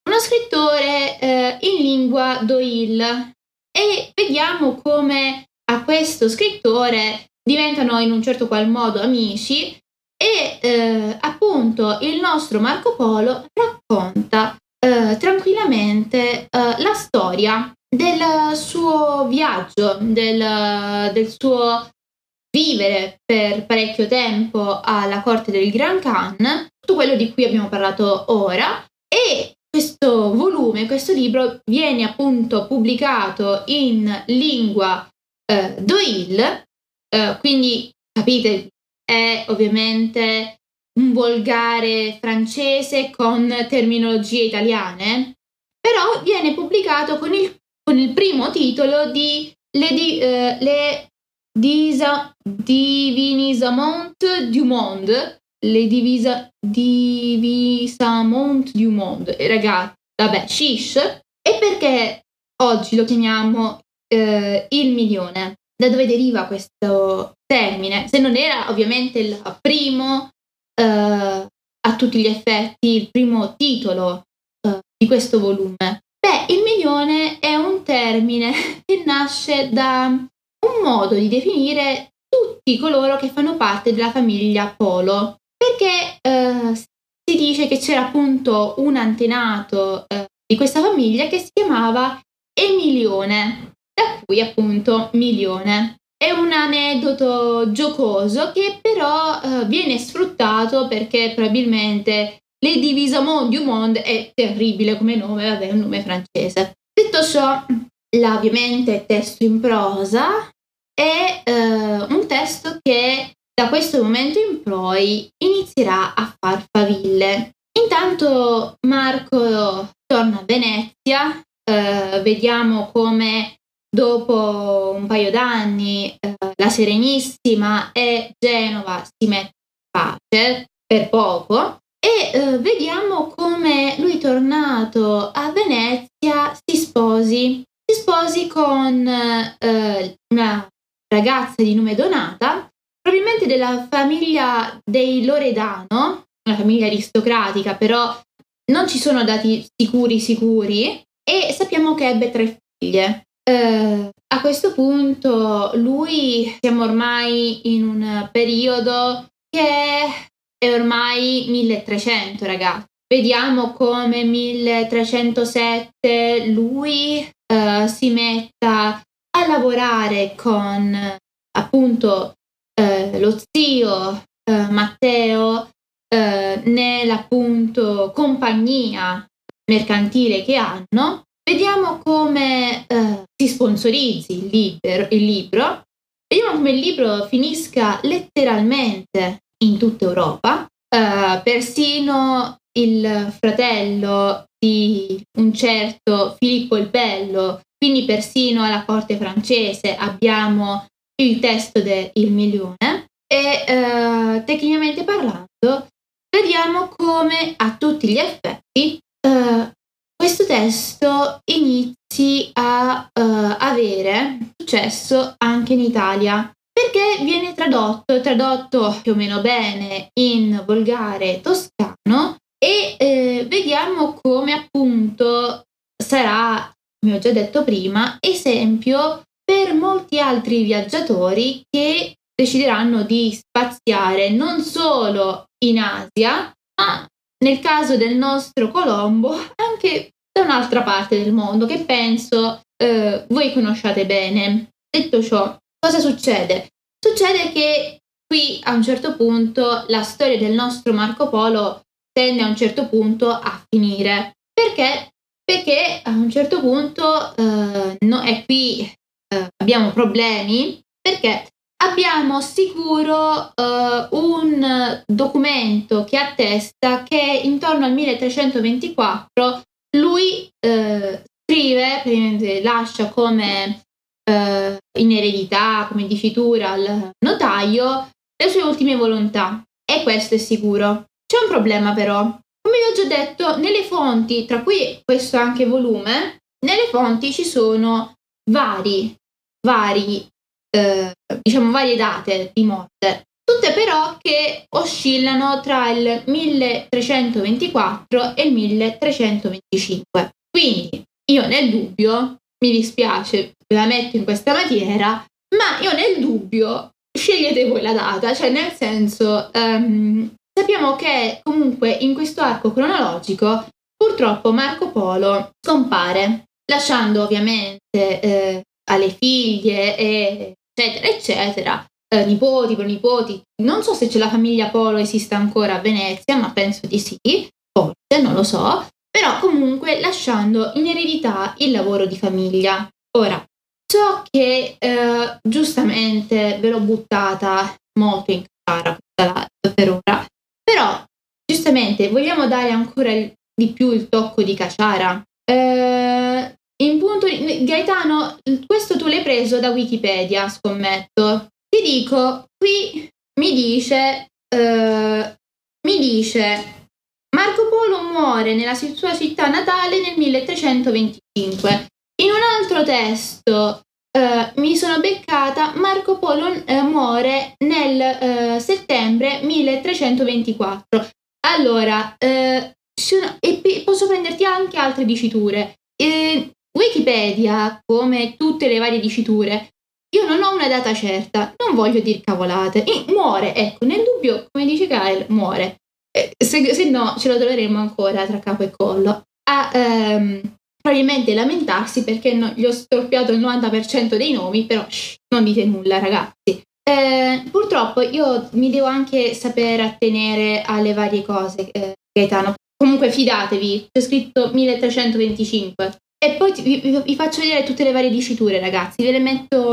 S1: uno scrittore eh, in lingua d'Oïl, e vediamo come a questo scrittore diventano in un certo qual modo amici e eh, appunto il nostro Marco Polo racconta eh, tranquillamente eh, la storia del suo viaggio, del, del suo vivere per parecchio tempo alla corte del Gran Khan, tutto quello di cui abbiamo parlato ora. E questo volume, questo libro viene appunto pubblicato in lingua eh, d'Oïl, eh, quindi capite è ovviamente un volgare francese con terminologie italiane, però viene pubblicato con il, con il primo titolo di Le, di, eh, le Disa, Divinisament du Monde, Le divisa, Divisamont du Monde, e ragazzi, vabbè, shish. E perché oggi lo chiamiamo eh, il milione? Da dove deriva questo termine? Se non era ovviamente il primo, eh, a tutti gli effetti, il primo titolo eh, di questo volume. Beh, il milione è un termine che nasce da un modo di definire tutti coloro che fanno parte della famiglia Polo, perché eh, si dice che c'era appunto un antenato eh, di questa famiglia che si chiamava Emilione, da cui appunto milione. È un aneddoto giocoso che però eh, viene sfruttato perché probabilmente Le Divisamont du Monde è terribile come nome, vabbè, è un nome francese. Detto ciò, là ovviamente è testo in prosa, è eh, un testo che da questo momento in poi inizierà a far faville. Intanto Marco torna a Venezia, eh, vediamo come dopo un paio d'anni eh, la Serenissima e Genova si mettono in pace per poco, e eh, vediamo come lui, tornato a Venezia, si sposi si sposi con eh, una ragazza di nome Donata, probabilmente della famiglia dei Loredano, una famiglia aristocratica, però non ci sono dati sicuri sicuri, e sappiamo che ebbe tre figlie. Eh, a questo punto lui, siamo ormai in un periodo che è ormai milletrecento, ragazzi. Vediamo come milletrecentosette lui uh, si metta a lavorare con appunto uh, lo zio uh, Matteo uh, nell'appunto compagnia mercantile che hanno. Vediamo come uh, si sponsorizzi il libro, il libro, vediamo come il libro finisca letteralmente in tutta Europa, uh, persino il fratello di un certo Filippo il Bello, quindi persino alla corte francese abbiamo il testo del Milione, e uh, tecnicamente parlando vediamo come a tutti gli effetti uh, questo testo inizi a uh, avere successo anche in Italia, perché viene tradotto, tradotto più o meno bene in volgare toscano, e eh, vediamo come appunto sarà, come ho già detto prima, esempio per molti altri viaggiatori che decideranno di spaziare non solo in Asia, ma nel caso del nostro Colombo anche da un'altra parte del mondo, che penso eh, voi conosciate bene. Detto ciò, cosa succede? Succede che qui a un certo punto la storia del nostro Marco Polo tende a un certo punto a finire. Perché? Perché a un certo punto eh, no, e qui eh, abbiamo problemi, perché abbiamo sicuro eh, un documento che attesta che intorno al milletrecentoventiquattro lui eh, scrive, lascia come eh, in eredità, come dicitura al notaio, le sue ultime volontà, e questo è sicuro. C'è un problema però, come vi ho già detto, nelle fonti, tra cui questo anche volume, nelle fonti ci sono vari, vari, eh, diciamo varie date di morte. tutte però che oscillano tra il milletrecentoventiquattro e il milletrecentoventicinque. Quindi io nel dubbio, mi dispiace, ve la metto in questa maniera, ma io nel dubbio scegliete voi la data, cioè nel senso um, sappiamo che comunque in questo arco cronologico purtroppo Marco Polo scompare, lasciando ovviamente eh, alle figlie e eccetera eccetera, eh, nipoti, pronipoti. Non so se c'è la famiglia Polo esista ancora a Venezia, ma penso di sì, forse, non lo so, però comunque lasciando in eredità il lavoro di famiglia. Ora, so che eh, giustamente ve l'ho buttata molto in cara per ora, però giustamente vogliamo dare ancora il, di più il tocco di caciara. Eh, in punto di, Gaetano, questo tu l'hai preso da Wikipedia, scommetto. Ti dico, qui mi dice, eh, mi dice Marco Polo muore nella sua città natale nel milletrecentoventicinque. In un altro testo eh, mi sono beccata Marco Polo eh, muore nel eh, settembre milletrecentoventiquattro. Allora, eh, sono, e p- posso prenderti anche altre diciture. Eh, Wikipedia, come tutte le varie diciture, io non ho una data certa, non voglio dire cavolate. E muore, ecco, nel dubbio, come dice Kyle, muore. Eh, se, se no, ce lo troveremo ancora tra capo e collo a ehm, probabilmente lamentarsi perché no, gli ho storpiato il novanta per cento dei nomi, però shh, non dite nulla, ragazzi. Eh, purtroppo io mi devo anche saper attenere alle varie cose, eh, Gaetano. Comunque fidatevi, c'è scritto milletrecentoventicinque. E poi vi, vi, vi faccio vedere tutte le varie diciture, ragazzi. Ve le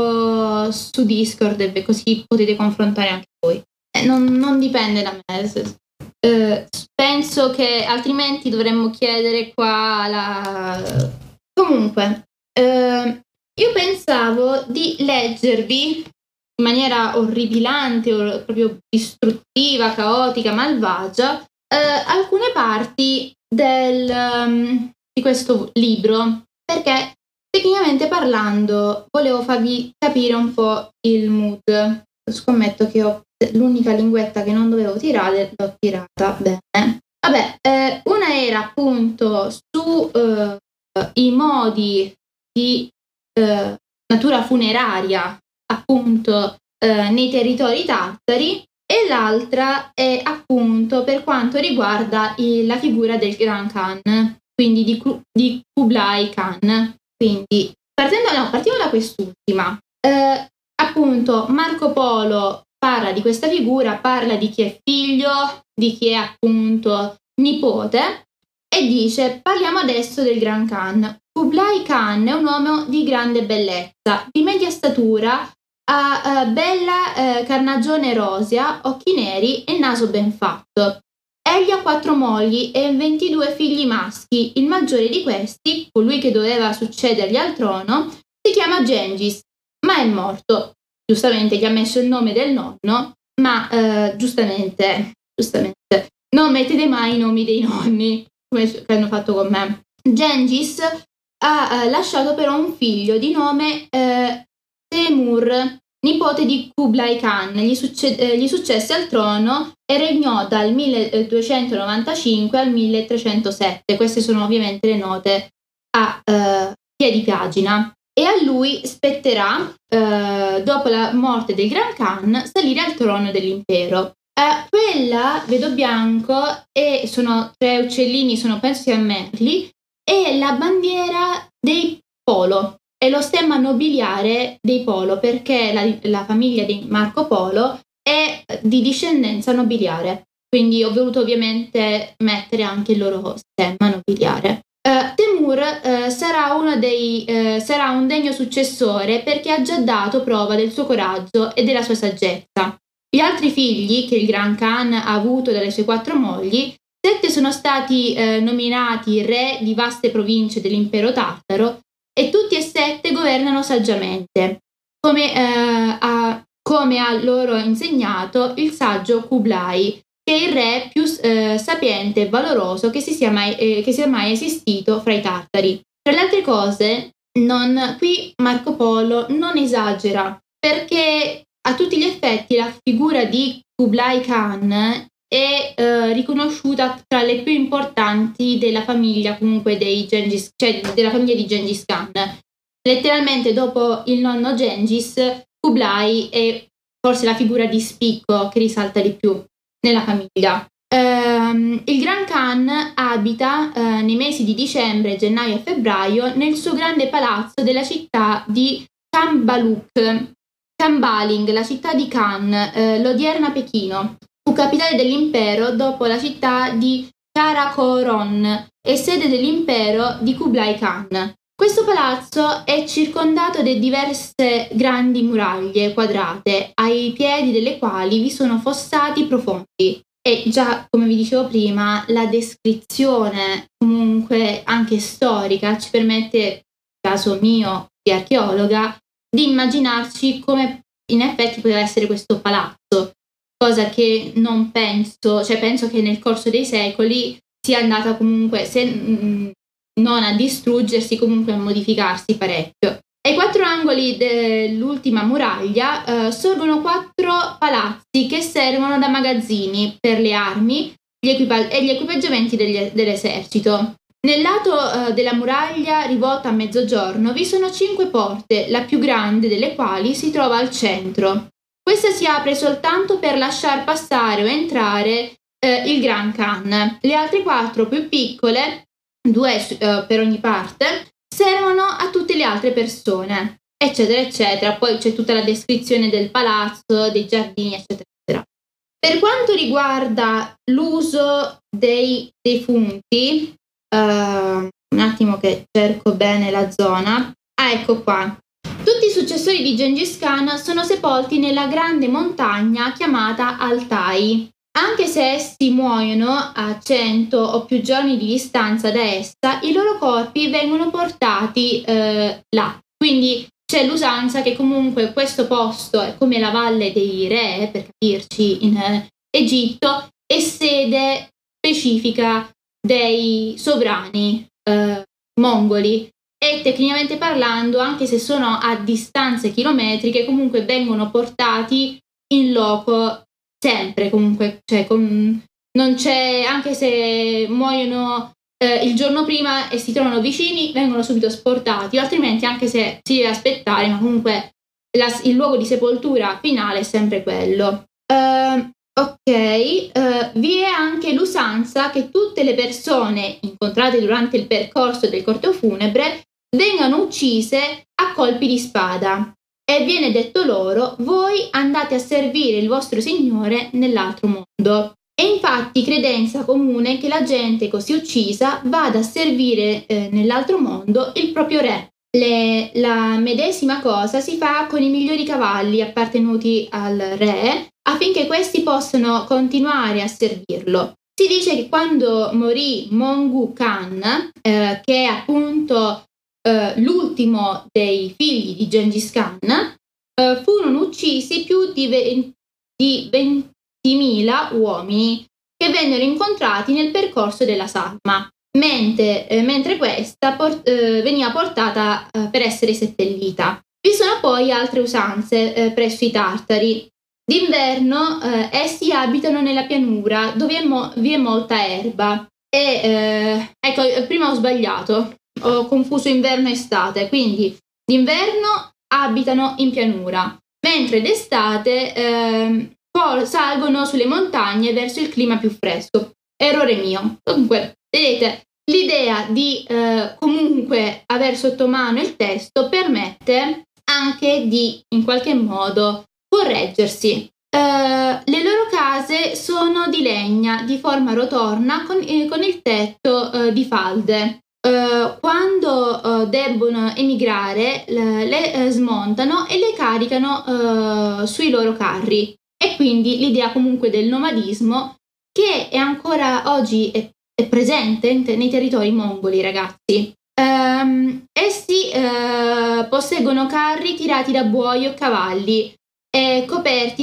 S1: metto su Discord così potete confrontare anche voi. Eh, non, non dipende da me. Uh, penso che altrimenti dovremmo chiedere qua la... Comunque uh, io pensavo di leggervi in maniera orribilante o proprio distruttiva, caotica, malvagia uh, alcune parti del, um, di questo libro, perché tecnicamente parlando volevo farvi capire un po' il mood. Scommetto che ho l'unica linguetta che non dovevo tirare, l'ho tirata bene. Vabbè, eh, una era appunto su eh, i modi di eh, natura funeraria appunto eh, nei territori tartari, e l'altra è appunto per quanto riguarda il, la figura del Gran Khan, quindi di, di Kublai Khan. Quindi partendo, no, partiamo da quest'ultima. Eh, appunto Marco Polo parla di questa figura, parla di chi è figlio, di chi è appunto nipote, e dice: parliamo adesso del Gran Khan. Kublai Khan è un uomo di grande bellezza, di media statura, ha uh, bella uh, carnagione rosea, occhi neri e naso ben fatto. Egli ha quattro mogli e ventidue figli maschi. Il maggiore di questi, colui che doveva succedergli al trono, si chiama Gengis, ma è morto. Giustamente gli ha messo il nome del nonno, ma eh, giustamente, giustamente non mettete mai i nomi dei nonni, come hanno fatto con me. Gengis ha eh, lasciato però un figlio di nome eh, Temur, nipote di Kublai Khan. Gli, succe- eh, gli successe al trono e regnò dal milleduecentonovantacinque al milletrecentosette. Queste sono ovviamente le note a eh, piedi pagina. E a lui spetterà, eh, dopo la morte del Gran Khan, salire al trono dell'impero. Eh, quella, vedo bianco, e sono tre uccellini, sono penso sia merli, è la bandiera dei Polo, è lo stemma nobiliare dei Polo, perché la, la famiglia di Marco Polo è di discendenza nobiliare, quindi ho voluto ovviamente mettere anche il loro stemma nobiliare. Uh, Temur uh, sarà, uno dei, uh, sarà un degno successore perché ha già dato prova del suo coraggio e della sua saggezza. Gli altri figli che il Gran Khan ha avuto dalle sue quattro mogli, sette sono stati uh, nominati re di vaste province dell'impero tartaro, e tutti e sette governano saggiamente, come, uh, ha, come ha loro insegnato il saggio Kublai, che è il re più eh, sapiente e valoroso che, si sia mai, eh, che sia mai esistito fra i tartari. Tra le altre cose, non, qui Marco Polo non esagera, perché a tutti gli effetti la figura di Kublai Khan è eh, riconosciuta tra le più importanti della famiglia comunque dei Gengis, cioè della famiglia di Gengis Khan. Letteralmente dopo il nonno Gengis, Kublai è forse la figura di spicco che risalta di più nella famiglia. Um, il Gran Khan abita uh, nei mesi di dicembre, gennaio e febbraio nel suo grande palazzo della città di Kambaluk, Kambaling, la città di Khan, uh, l'odierna Pechino. Fu capitale dell'impero dopo la città di Karakorum e sede dell'impero di Kublai Khan. Questo palazzo è circondato da diverse grandi muraglie quadrate, ai piedi delle quali vi sono fossati profondi. E già, come vi dicevo prima, la descrizione comunque anche storica ci permette, caso mio di archeologa, di immaginarci come in effetti poteva essere questo palazzo, cosa che non penso, cioè penso che nel corso dei secoli sia andata comunque, se mh, non a distruggersi, comunque a modificarsi parecchio. Ai quattro angoli dell'ultima muraglia eh, sorgono quattro palazzi che servono da magazzini per le armi gli equipa- e gli equipaggiamenti degli- dell'esercito. Nel lato eh, della muraglia rivolta a mezzogiorno vi sono cinque porte, la più grande delle quali si trova al centro. Questa si apre soltanto per lasciar passare o entrare eh, il Gran Khan. Le altre quattro più piccole, due eh, per ogni parte, servono a tutte le altre persone, eccetera, eccetera. Poi c'è tutta la descrizione del palazzo, dei giardini, eccetera, eccetera. Per quanto riguarda l'uso dei defunti, uh, un attimo che cerco bene la zona. Ah, ecco qua. Tutti i successori di Gengis Khan sono sepolti nella grande montagna chiamata Altai. Anche se essi muoiono a cento o più giorni di distanza da essa, i loro corpi vengono portati eh, là. Quindi c'è l'usanza che comunque questo posto è come la Valle dei Re, per capirci, in eh, Egitto, è sede specifica dei sovrani eh, mongoli. E tecnicamente parlando, anche se sono a distanze chilometriche, comunque vengono portati in loco sempre, comunque, cioè con, non c'è, anche se muoiono eh, il giorno prima e si trovano vicini, vengono subito sportati, altrimenti anche se si deve aspettare, ma comunque la, il luogo di sepoltura finale è sempre quello. Uh, ok, uh, vi è anche l'usanza che tutte le persone incontrate durante il percorso del corteo funebre vengano uccise a colpi di spada. E viene detto loro: voi andate a servire il vostro signore nell'altro mondo. È infatti credenza comune che la gente così uccisa vada a servire eh, nell'altro mondo il proprio re. Le, la medesima cosa si fa con i migliori cavalli appartenuti al re, affinché questi possano continuare a servirlo. Si dice che quando morì Mongu Khan, eh, che è appunto Uh, l'ultimo dei figli di Gengis Khan, uh, furono uccisi più di, ve- di ventimila uomini che vennero incontrati nel percorso della salma, mentre, eh, mentre questa por- eh, veniva portata eh, per essere seppellita. Vi sono poi altre usanze eh, presso i tartari. D'inverno eh, essi abitano nella pianura dove è mo- vi è molta erba. E eh, ecco, prima ho sbagliato. Ho confuso inverno e estate, quindi d'inverno abitano in pianura, mentre d'estate eh, salgono sulle montagne verso il clima più fresco. Errore mio. Comunque, vedete, l'idea di eh, comunque aver sotto mano il testo permette anche di, in qualche modo, correggersi. Uh, le loro case sono di legna, di forma rotorna, con, eh, con il tetto uh, di falde. Uh, quando uh, debbono emigrare le, le uh, smontano e le caricano uh, sui loro carri, e quindi l'idea comunque del nomadismo che è ancora oggi è, è presente nei territori mongoli, ragazzi. Um, essi uh, posseggono carri tirati da buoi o cavalli e coperti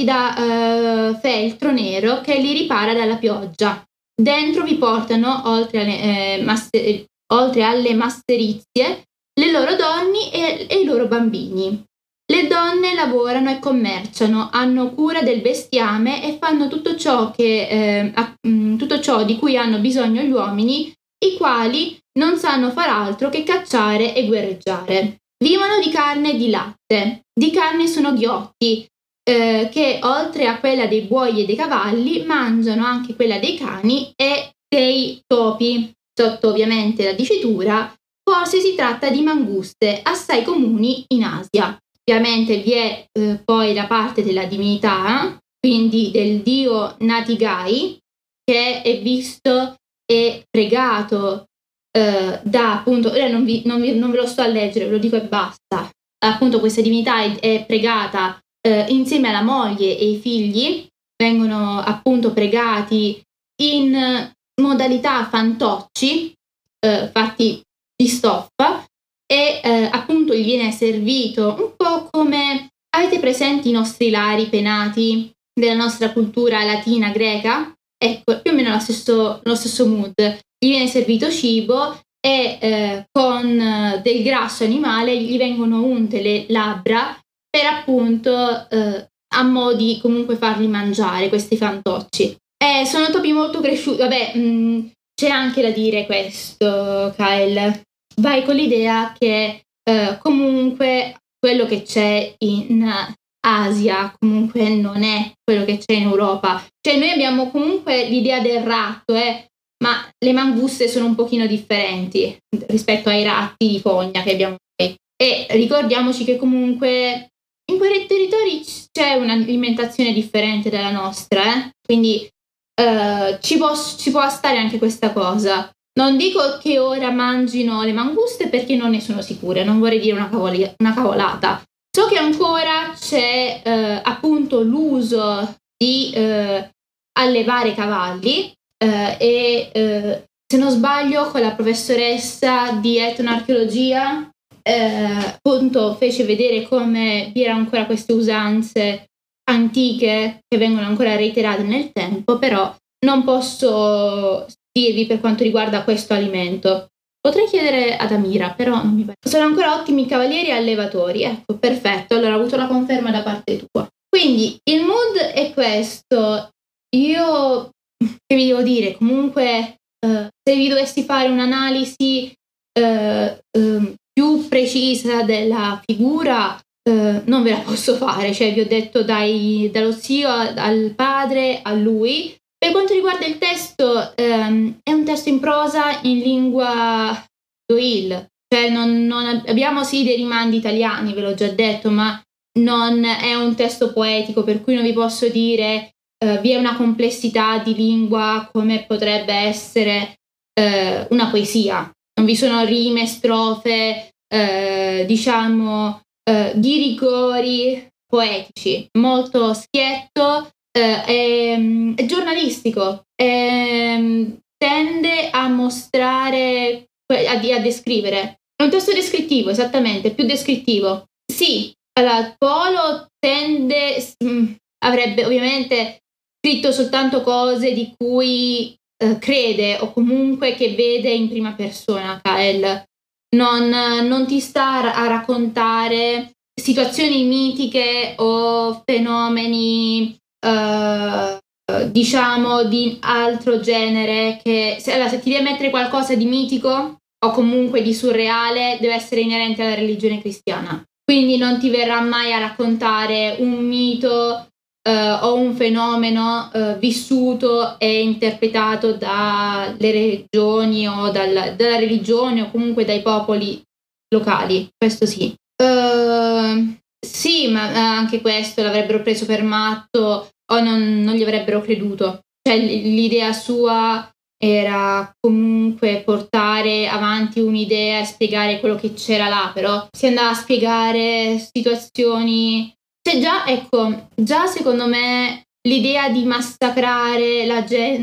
S1: da uh, feltro nero che li ripara dalla pioggia. Dentro vi portano, oltre alle eh, master- oltre alle masterizie, le loro donne e, e i loro bambini. Le donne lavorano e commerciano, hanno cura del bestiame e fanno tutto ciò, che, eh, a- mh, tutto ciò di cui hanno bisogno gli uomini, i quali non sanno far altro che cacciare e guerreggiare. Vivono di carne e di latte. Di carne sono ghiotti, eh, che oltre a quella dei buoi e dei cavalli mangiano anche quella dei cani e dei topi. Sotto ovviamente la dicitura, forse si tratta di manguste, assai comuni in Asia. Ovviamente vi è eh, poi la parte della divinità, quindi del dio Natigai, che è visto e pregato eh, da appunto, ora non, vi, non, vi, non ve lo sto a leggere, ve lo dico e basta. Appunto questa divinità è, è pregata eh, insieme alla moglie e i figli, vengono appunto pregati in modalità fantocci, eh, fatti di stoffa, e eh, appunto gli viene servito un po' come avete presenti i nostri lari penati della nostra cultura latina greca? Ecco, più o meno lo stesso, lo stesso mood. Gli viene servito cibo e eh, con eh, del grasso animale gli vengono unte le labbra per appunto eh, a mo' di comunque farli mangiare questi fantocci. Eh, sono topi molto cresciuti, vabbè, mh, c'è anche da dire questo, Kyle. Vai con l'idea che eh, comunque quello che c'è in Asia comunque non è quello che c'è in Europa. Cioè noi abbiamo comunque l'idea del ratto, eh, ma le manguste sono un pochino differenti rispetto ai ratti di fogna che abbiamo qui. E ricordiamoci che comunque in quei territori c'è un'alimentazione differente dalla nostra, eh? Quindi eh, ci, può, ci può stare anche questa cosa. Non dico che ora mangino le manguste perché non ne sono sicura, non vorrei dire una, cavoli- una cavolata. So che ancora c'è eh, appunto l'uso di eh, allevare cavalli eh, e eh, se non sbaglio con la professoressa di etnoarcheologia eh, appunto fece vedere come vi erano ancora queste usanze antiche che vengono ancora reiterate nel tempo, però non posso dirvi per quanto riguarda questo alimento. Potrei chiedere ad Amira, però non mi pare. Sono ancora ottimi cavalieri e allevatori. Ecco, perfetto. Allora ho avuto la conferma da parte tua. Quindi il mood è questo. Io che vi devo dire? Comunque, eh, se vi dovessi fare un'analisi eh, eh, più precisa della figura, eh, non ve la posso fare. Cioè, vi ho detto dai, dallo zio al padre a lui. Per quanto riguarda il testo, ehm, è un testo in prosa in lingua Doil, cioè non, non abbiamo sì dei rimandi italiani, ve l'ho già detto, ma non è un testo poetico, per cui non vi posso dire eh, vi è una complessità di lingua come potrebbe essere eh, una poesia. Non vi sono rime, strofe, eh, diciamo, eh, ghirigori poetici, molto schietto. Eh, è, è giornalistico, è, tende a mostrare, a, a descrivere. È un testo descrittivo, esattamente, più descrittivo. Sì, allora, Polo tende, mh, avrebbe ovviamente scritto soltanto cose di cui eh, crede o comunque che vede in prima persona, Kael. Non, non ti sta a raccontare situazioni mitiche o fenomeni Uh, diciamo di altro genere che se, allora, se ti devi mettere qualcosa di mitico o comunque di surreale deve essere inerente alla religione cristiana, quindi non ti verrà mai a raccontare un mito uh, o un fenomeno uh, vissuto e interpretato dalle regioni o dal, dalla religione o comunque dai popoli locali, questo sì. Uh, Sì, ma anche questo l'avrebbero preso per matto o non, non gli avrebbero creduto. Cioè, l'idea sua era comunque portare avanti un'idea e spiegare quello che c'era là, però si andava a spiegare situazioni. Cioè, già, ecco, già secondo me l'idea di massacrare la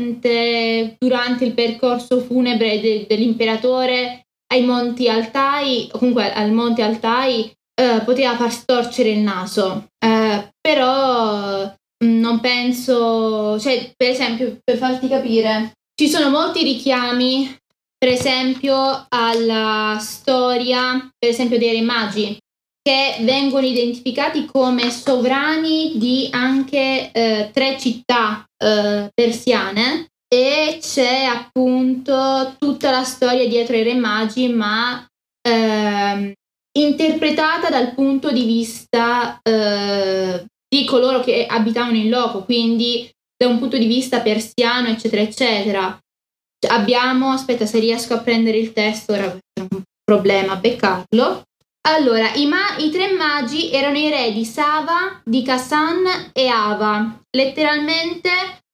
S1: gente durante il percorso funebre de- dell'imperatore ai Monti Altai, o comunque al Monte Altai, Uh, poteva far storcere il naso, uh, però mh, non penso, cioè per esempio per farti capire ci sono molti richiami per esempio alla storia per esempio dei re magi che vengono identificati come sovrani di anche eh, tre città eh, persiane, e c'è appunto tutta la storia dietro ai Re Magi, ma ehm, interpretata dal punto di vista eh, di coloro che abitavano in loco, quindi da un punto di vista persiano, eccetera, eccetera. Abbiamo, aspetta se riesco a prendere il testo, ora è un problema beccarlo. Allora, i, ma- i tre magi erano i re di Sava, di Kasan e Ava. Letteralmente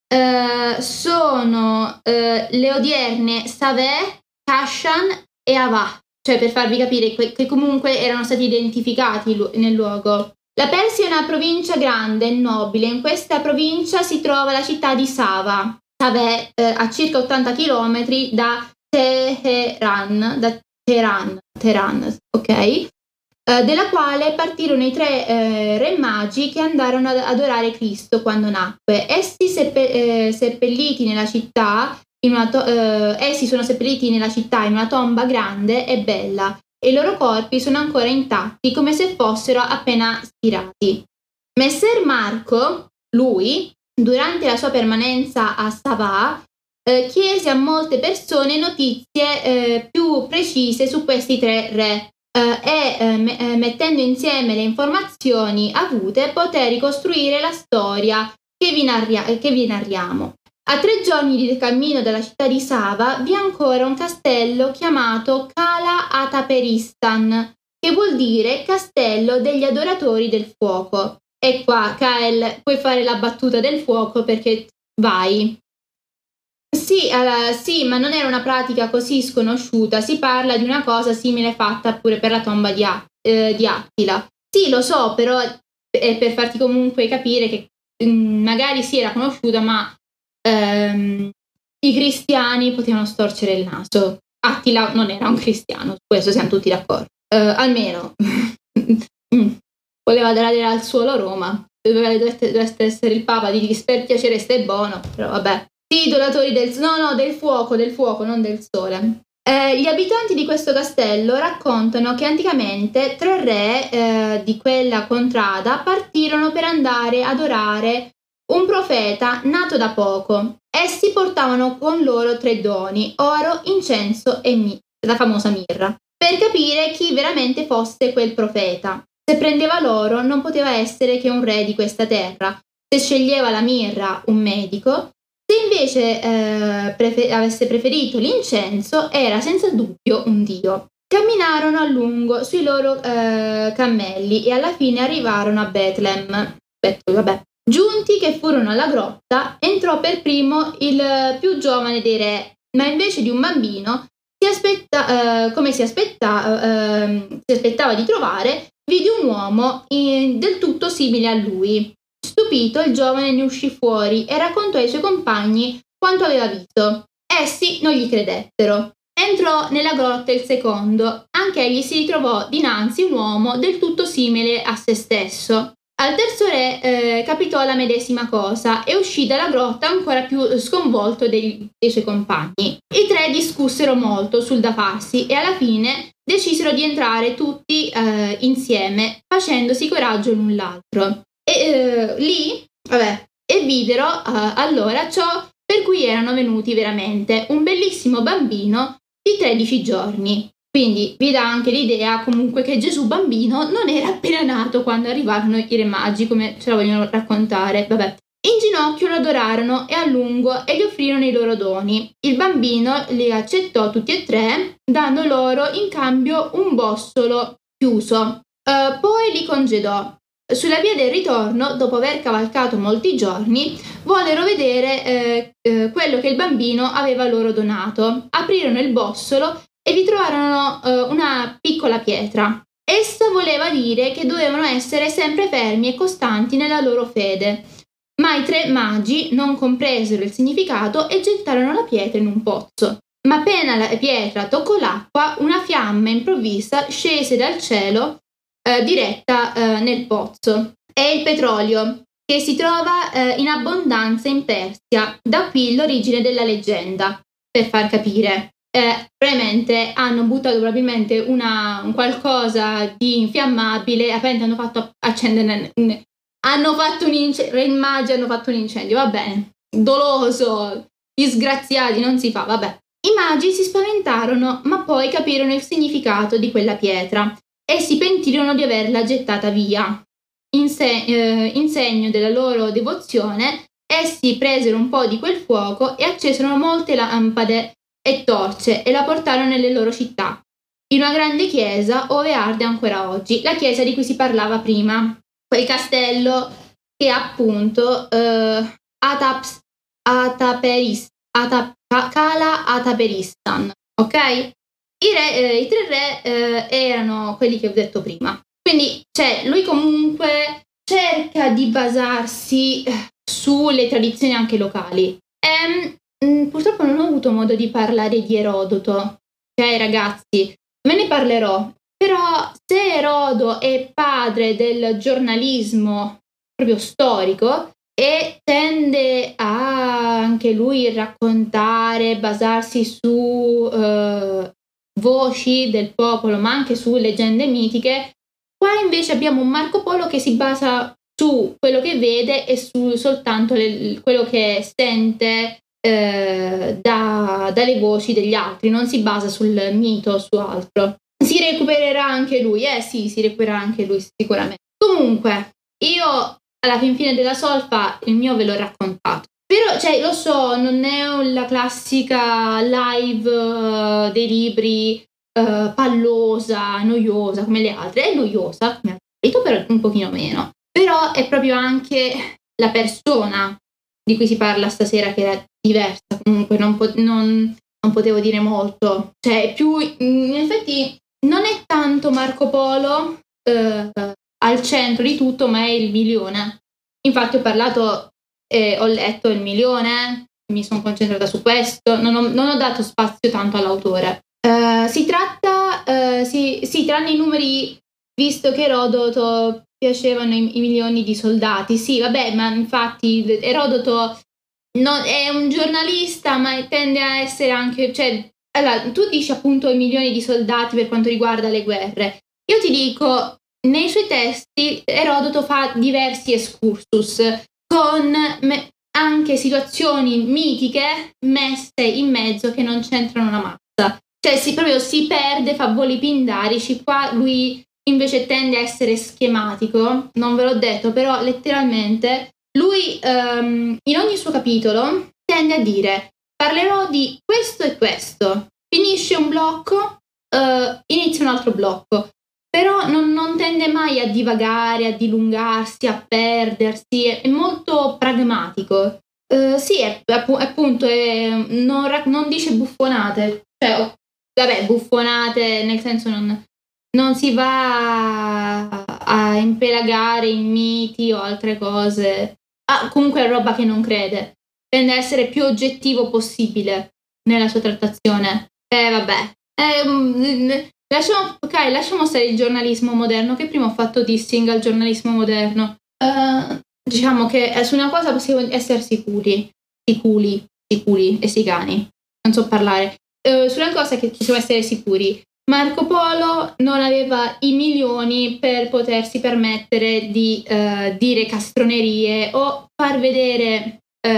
S1: eh, sono eh, le odierne Savè, Kashan e Ava, cioè per farvi capire que- che comunque erano stati identificati lu- nel luogo. La Persia è una provincia grande e nobile. In questa provincia si trova la città di Sava, Savè, eh, a circa ottanta chilometri da Teheran, da Teheran, Teheran, ok? Eh, della quale partirono i tre eh, re magi che andarono ad adorare Cristo quando nacque. Essi, seppe- eh, seppelliti nella città, in una to- eh, essi sono seppelliti nella città in una tomba grande e bella, e i loro corpi sono ancora intatti come se fossero appena stirati. Messer Marco, lui, durante la sua permanenza a Sava, eh, chiese a molte persone notizie eh, più precise su questi tre re eh, e eh, me- eh, mettendo insieme le informazioni avute poté ricostruire la storia che vi, narria- che vi narriamo. A tre giorni di cammino dalla città di Sava vi è ancora un castello chiamato Kala Ataperistan, che vuol dire castello degli adoratori del fuoco. E qua, Kael, puoi fare la battuta del fuoco perché vai. Sì, allora, sì, ma non era una pratica così sconosciuta, si parla di una cosa simile fatta pure per la tomba di, A- eh, di Attila. Sì, lo so, però è per farti comunque capire che mh, magari sì era conosciuta, ma ehm, i cristiani potevano storcere il naso. Attila non era un cristiano, su questo siamo tutti d'accordo. Eh, almeno voleva dare al suolo Roma, doveva, dovesse essere il Papa, di per piacere stai buono, però vabbè. Sì, donatori del no, no, del fuoco, del fuoco, non del sole. Eh, gli abitanti di questo castello raccontano che anticamente tre re eh, di quella contrada partirono per andare ad adorare un profeta nato da poco. Essi portavano con loro tre doni: oro, incenso e mi- la famosa mirra, per capire chi veramente fosse quel profeta. Se prendeva l'oro non poteva essere che un re di questa terra, se sceglieva la mirra un medico, se invece eh, prefer- avesse preferito l'incenso era senza dubbio un dio. Camminarono a lungo sui loro eh, cammelli e alla fine arrivarono a Betlem. Bet- vabbè. Giunti che furono alla grotta, entrò per primo il più giovane dei re, ma invece di un bambino, si aspetta, eh, come si, aspetta, eh, si aspettava di trovare, vide un uomo in, del tutto simile a lui. Stupito, il giovane ne uscì fuori e raccontò ai suoi compagni quanto aveva visto. Essi non gli credettero. Entrò nella grotta il secondo. Anche egli si ritrovò dinanzi un uomo del tutto simile a se stesso. Al terzo re eh, capitò la medesima cosa e uscì dalla grotta ancora più sconvolto dei, dei suoi compagni. I tre discussero molto sul da farsi e alla fine decisero di entrare tutti eh, insieme, facendosi coraggio l'un l'altro. E eh, lì, vabbè, e videro eh, allora ciò per cui erano venuti veramente, un bellissimo bambino di tredici giorni. Quindi vi dà anche l'idea comunque che Gesù bambino non era appena nato quando arrivarono i re magi, come ce la vogliono raccontare. Vabbè. In ginocchio lo adorarono e a lungo e gli offrirono i loro doni. Il bambino li accettò tutti e tre, dando loro in cambio un bossolo chiuso. Uh, poi li congedò. Sulla via del ritorno, dopo aver cavalcato molti giorni, vollero vedere eh, eh, quello che il bambino aveva loro donato. Aprirono il bossolo e vi trovarono eh, una piccola pietra. Essa voleva dire che dovevano essere sempre fermi e costanti nella loro fede. Ma i tre magi non compresero il significato e gettarono la pietra in un pozzo. Ma appena la pietra toccò l'acqua, una fiamma improvvisa scese dal cielo eh, diretta eh, nel pozzo. È il petrolio, che si trova eh, in abbondanza in Persia. Da qui l'origine della leggenda, per far capire. eh, probabilmente hanno buttato probabilmente una, un qualcosa di infiammabile, apparentemente hanno fatto accendere, hanno fatto un incendio, Re Magi hanno fatto un incendio, va bene, doloso, disgraziati, non si fa, vabbè. I magi si spaventarono, ma poi capirono il significato di quella pietra e si pentirono di averla gettata via. In, se- eh, in segno della loro devozione, essi presero un po' di quel fuoco e accesero molte lampade e torce e la portarono nelle loro città, in una grande chiesa ove arde ancora oggi, la chiesa di cui si parlava prima, quel castello che appunto eh, Ataps, Ataperis, Atap, Kala Ataperistan, ok? I, re, eh, i tre re eh, erano quelli che ho detto prima. Quindi, cioè, lui comunque cerca di basarsi sulle tradizioni anche locali. E, mh, purtroppo non ho avuto modo di parlare di Erodoto, ok ragazzi? Ve ne parlerò. Però se Erodo è padre del giornalismo proprio storico e tende a anche lui raccontare, basarsi su uh, voci del popolo, ma anche su leggende mitiche, qua invece abbiamo un Marco Polo che si basa su quello che vede e su soltanto le, quello che sente eh, da, dalle voci degli altri, non si basa sul mito o su altro. Si recupererà anche lui, eh sì, si recupererà anche lui sicuramente. Comunque, io alla fin fine della solfa il mio ve l'ho raccontato. Però, cioè, lo so, non è la classica live uh, dei libri uh, pallosa, noiosa come le altre. È noiosa, come al solito, però un pochino meno. Però è proprio anche la persona di cui si parla stasera che era diversa. Comunque non, po- non, non potevo dire molto. Cioè, più, in effetti, non è tanto Marco Polo uh, al centro di tutto, ma è il milione. Infatti ho parlato... Eh, ho letto il milione, mi sono concentrata su questo, non ho, non ho dato spazio tanto all'autore. Uh, si tratta, uh, sì, sì, tranne i numeri, visto che Erodoto piacevano i, i milioni di soldati, sì, vabbè, ma infatti Erodoto non, è un giornalista, ma tende a essere anche, cioè, allora, tu dici appunto i milioni di soldati per quanto riguarda le guerre, io ti dico, nei suoi testi Erodoto fa diversi excursus, con me- anche situazioni mitiche messe in mezzo che non c'entrano una mazza. Cioè si proprio si perde, fa voli pindarici, qua lui invece tende a essere schematico, non ve l'ho detto, però letteralmente lui um, in ogni suo capitolo tende a dire parlerò di questo e questo, finisce un blocco, uh, inizia un altro blocco. Però non, non tende mai a divagare, a dilungarsi, a perdersi, è, è molto pragmatico. Uh, sì, è, app- appunto, è, non, ra- non dice buffonate, cioè, oh, vabbè, buffonate nel senso non, non si va a, a impelagare in miti o altre cose. Ah, comunque è roba che non crede, tende a essere più oggettivo possibile nella sua trattazione. Eh, vabbè. Eh, Lasciamo, ok, lasciamo stare il giornalismo moderno, che prima ho fatto dissing al giornalismo moderno. Uh, diciamo che su una cosa possiamo essere sicuri, sicuri, sicuri e sicani, non so parlare. Uh, su una cosa che possiamo essere sicuri, Marco Polo non aveva i milioni per potersi permettere di uh, dire castronerie o far vedere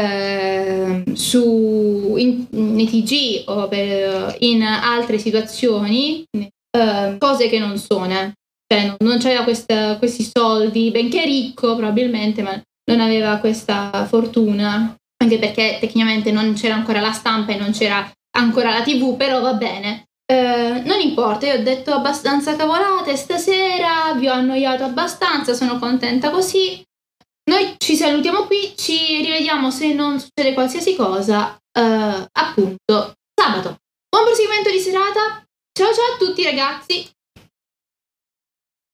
S1: uh, su in, in T G o per, in altre situazioni Uh, cose che non sono, cioè non, non c'aveva questa, questi soldi, benché ricco probabilmente, ma non aveva questa fortuna, anche perché tecnicamente non c'era ancora la stampa e non c'era ancora la tivù, però va bene. Uh, non importa, io ho detto abbastanza cavolate stasera, vi ho annoiato abbastanza, sono contenta così. Noi ci salutiamo qui, ci rivediamo se non succede qualsiasi cosa, uh, appunto sabato. Buon proseguimento di serata. Ciao ciao a tutti ragazzi!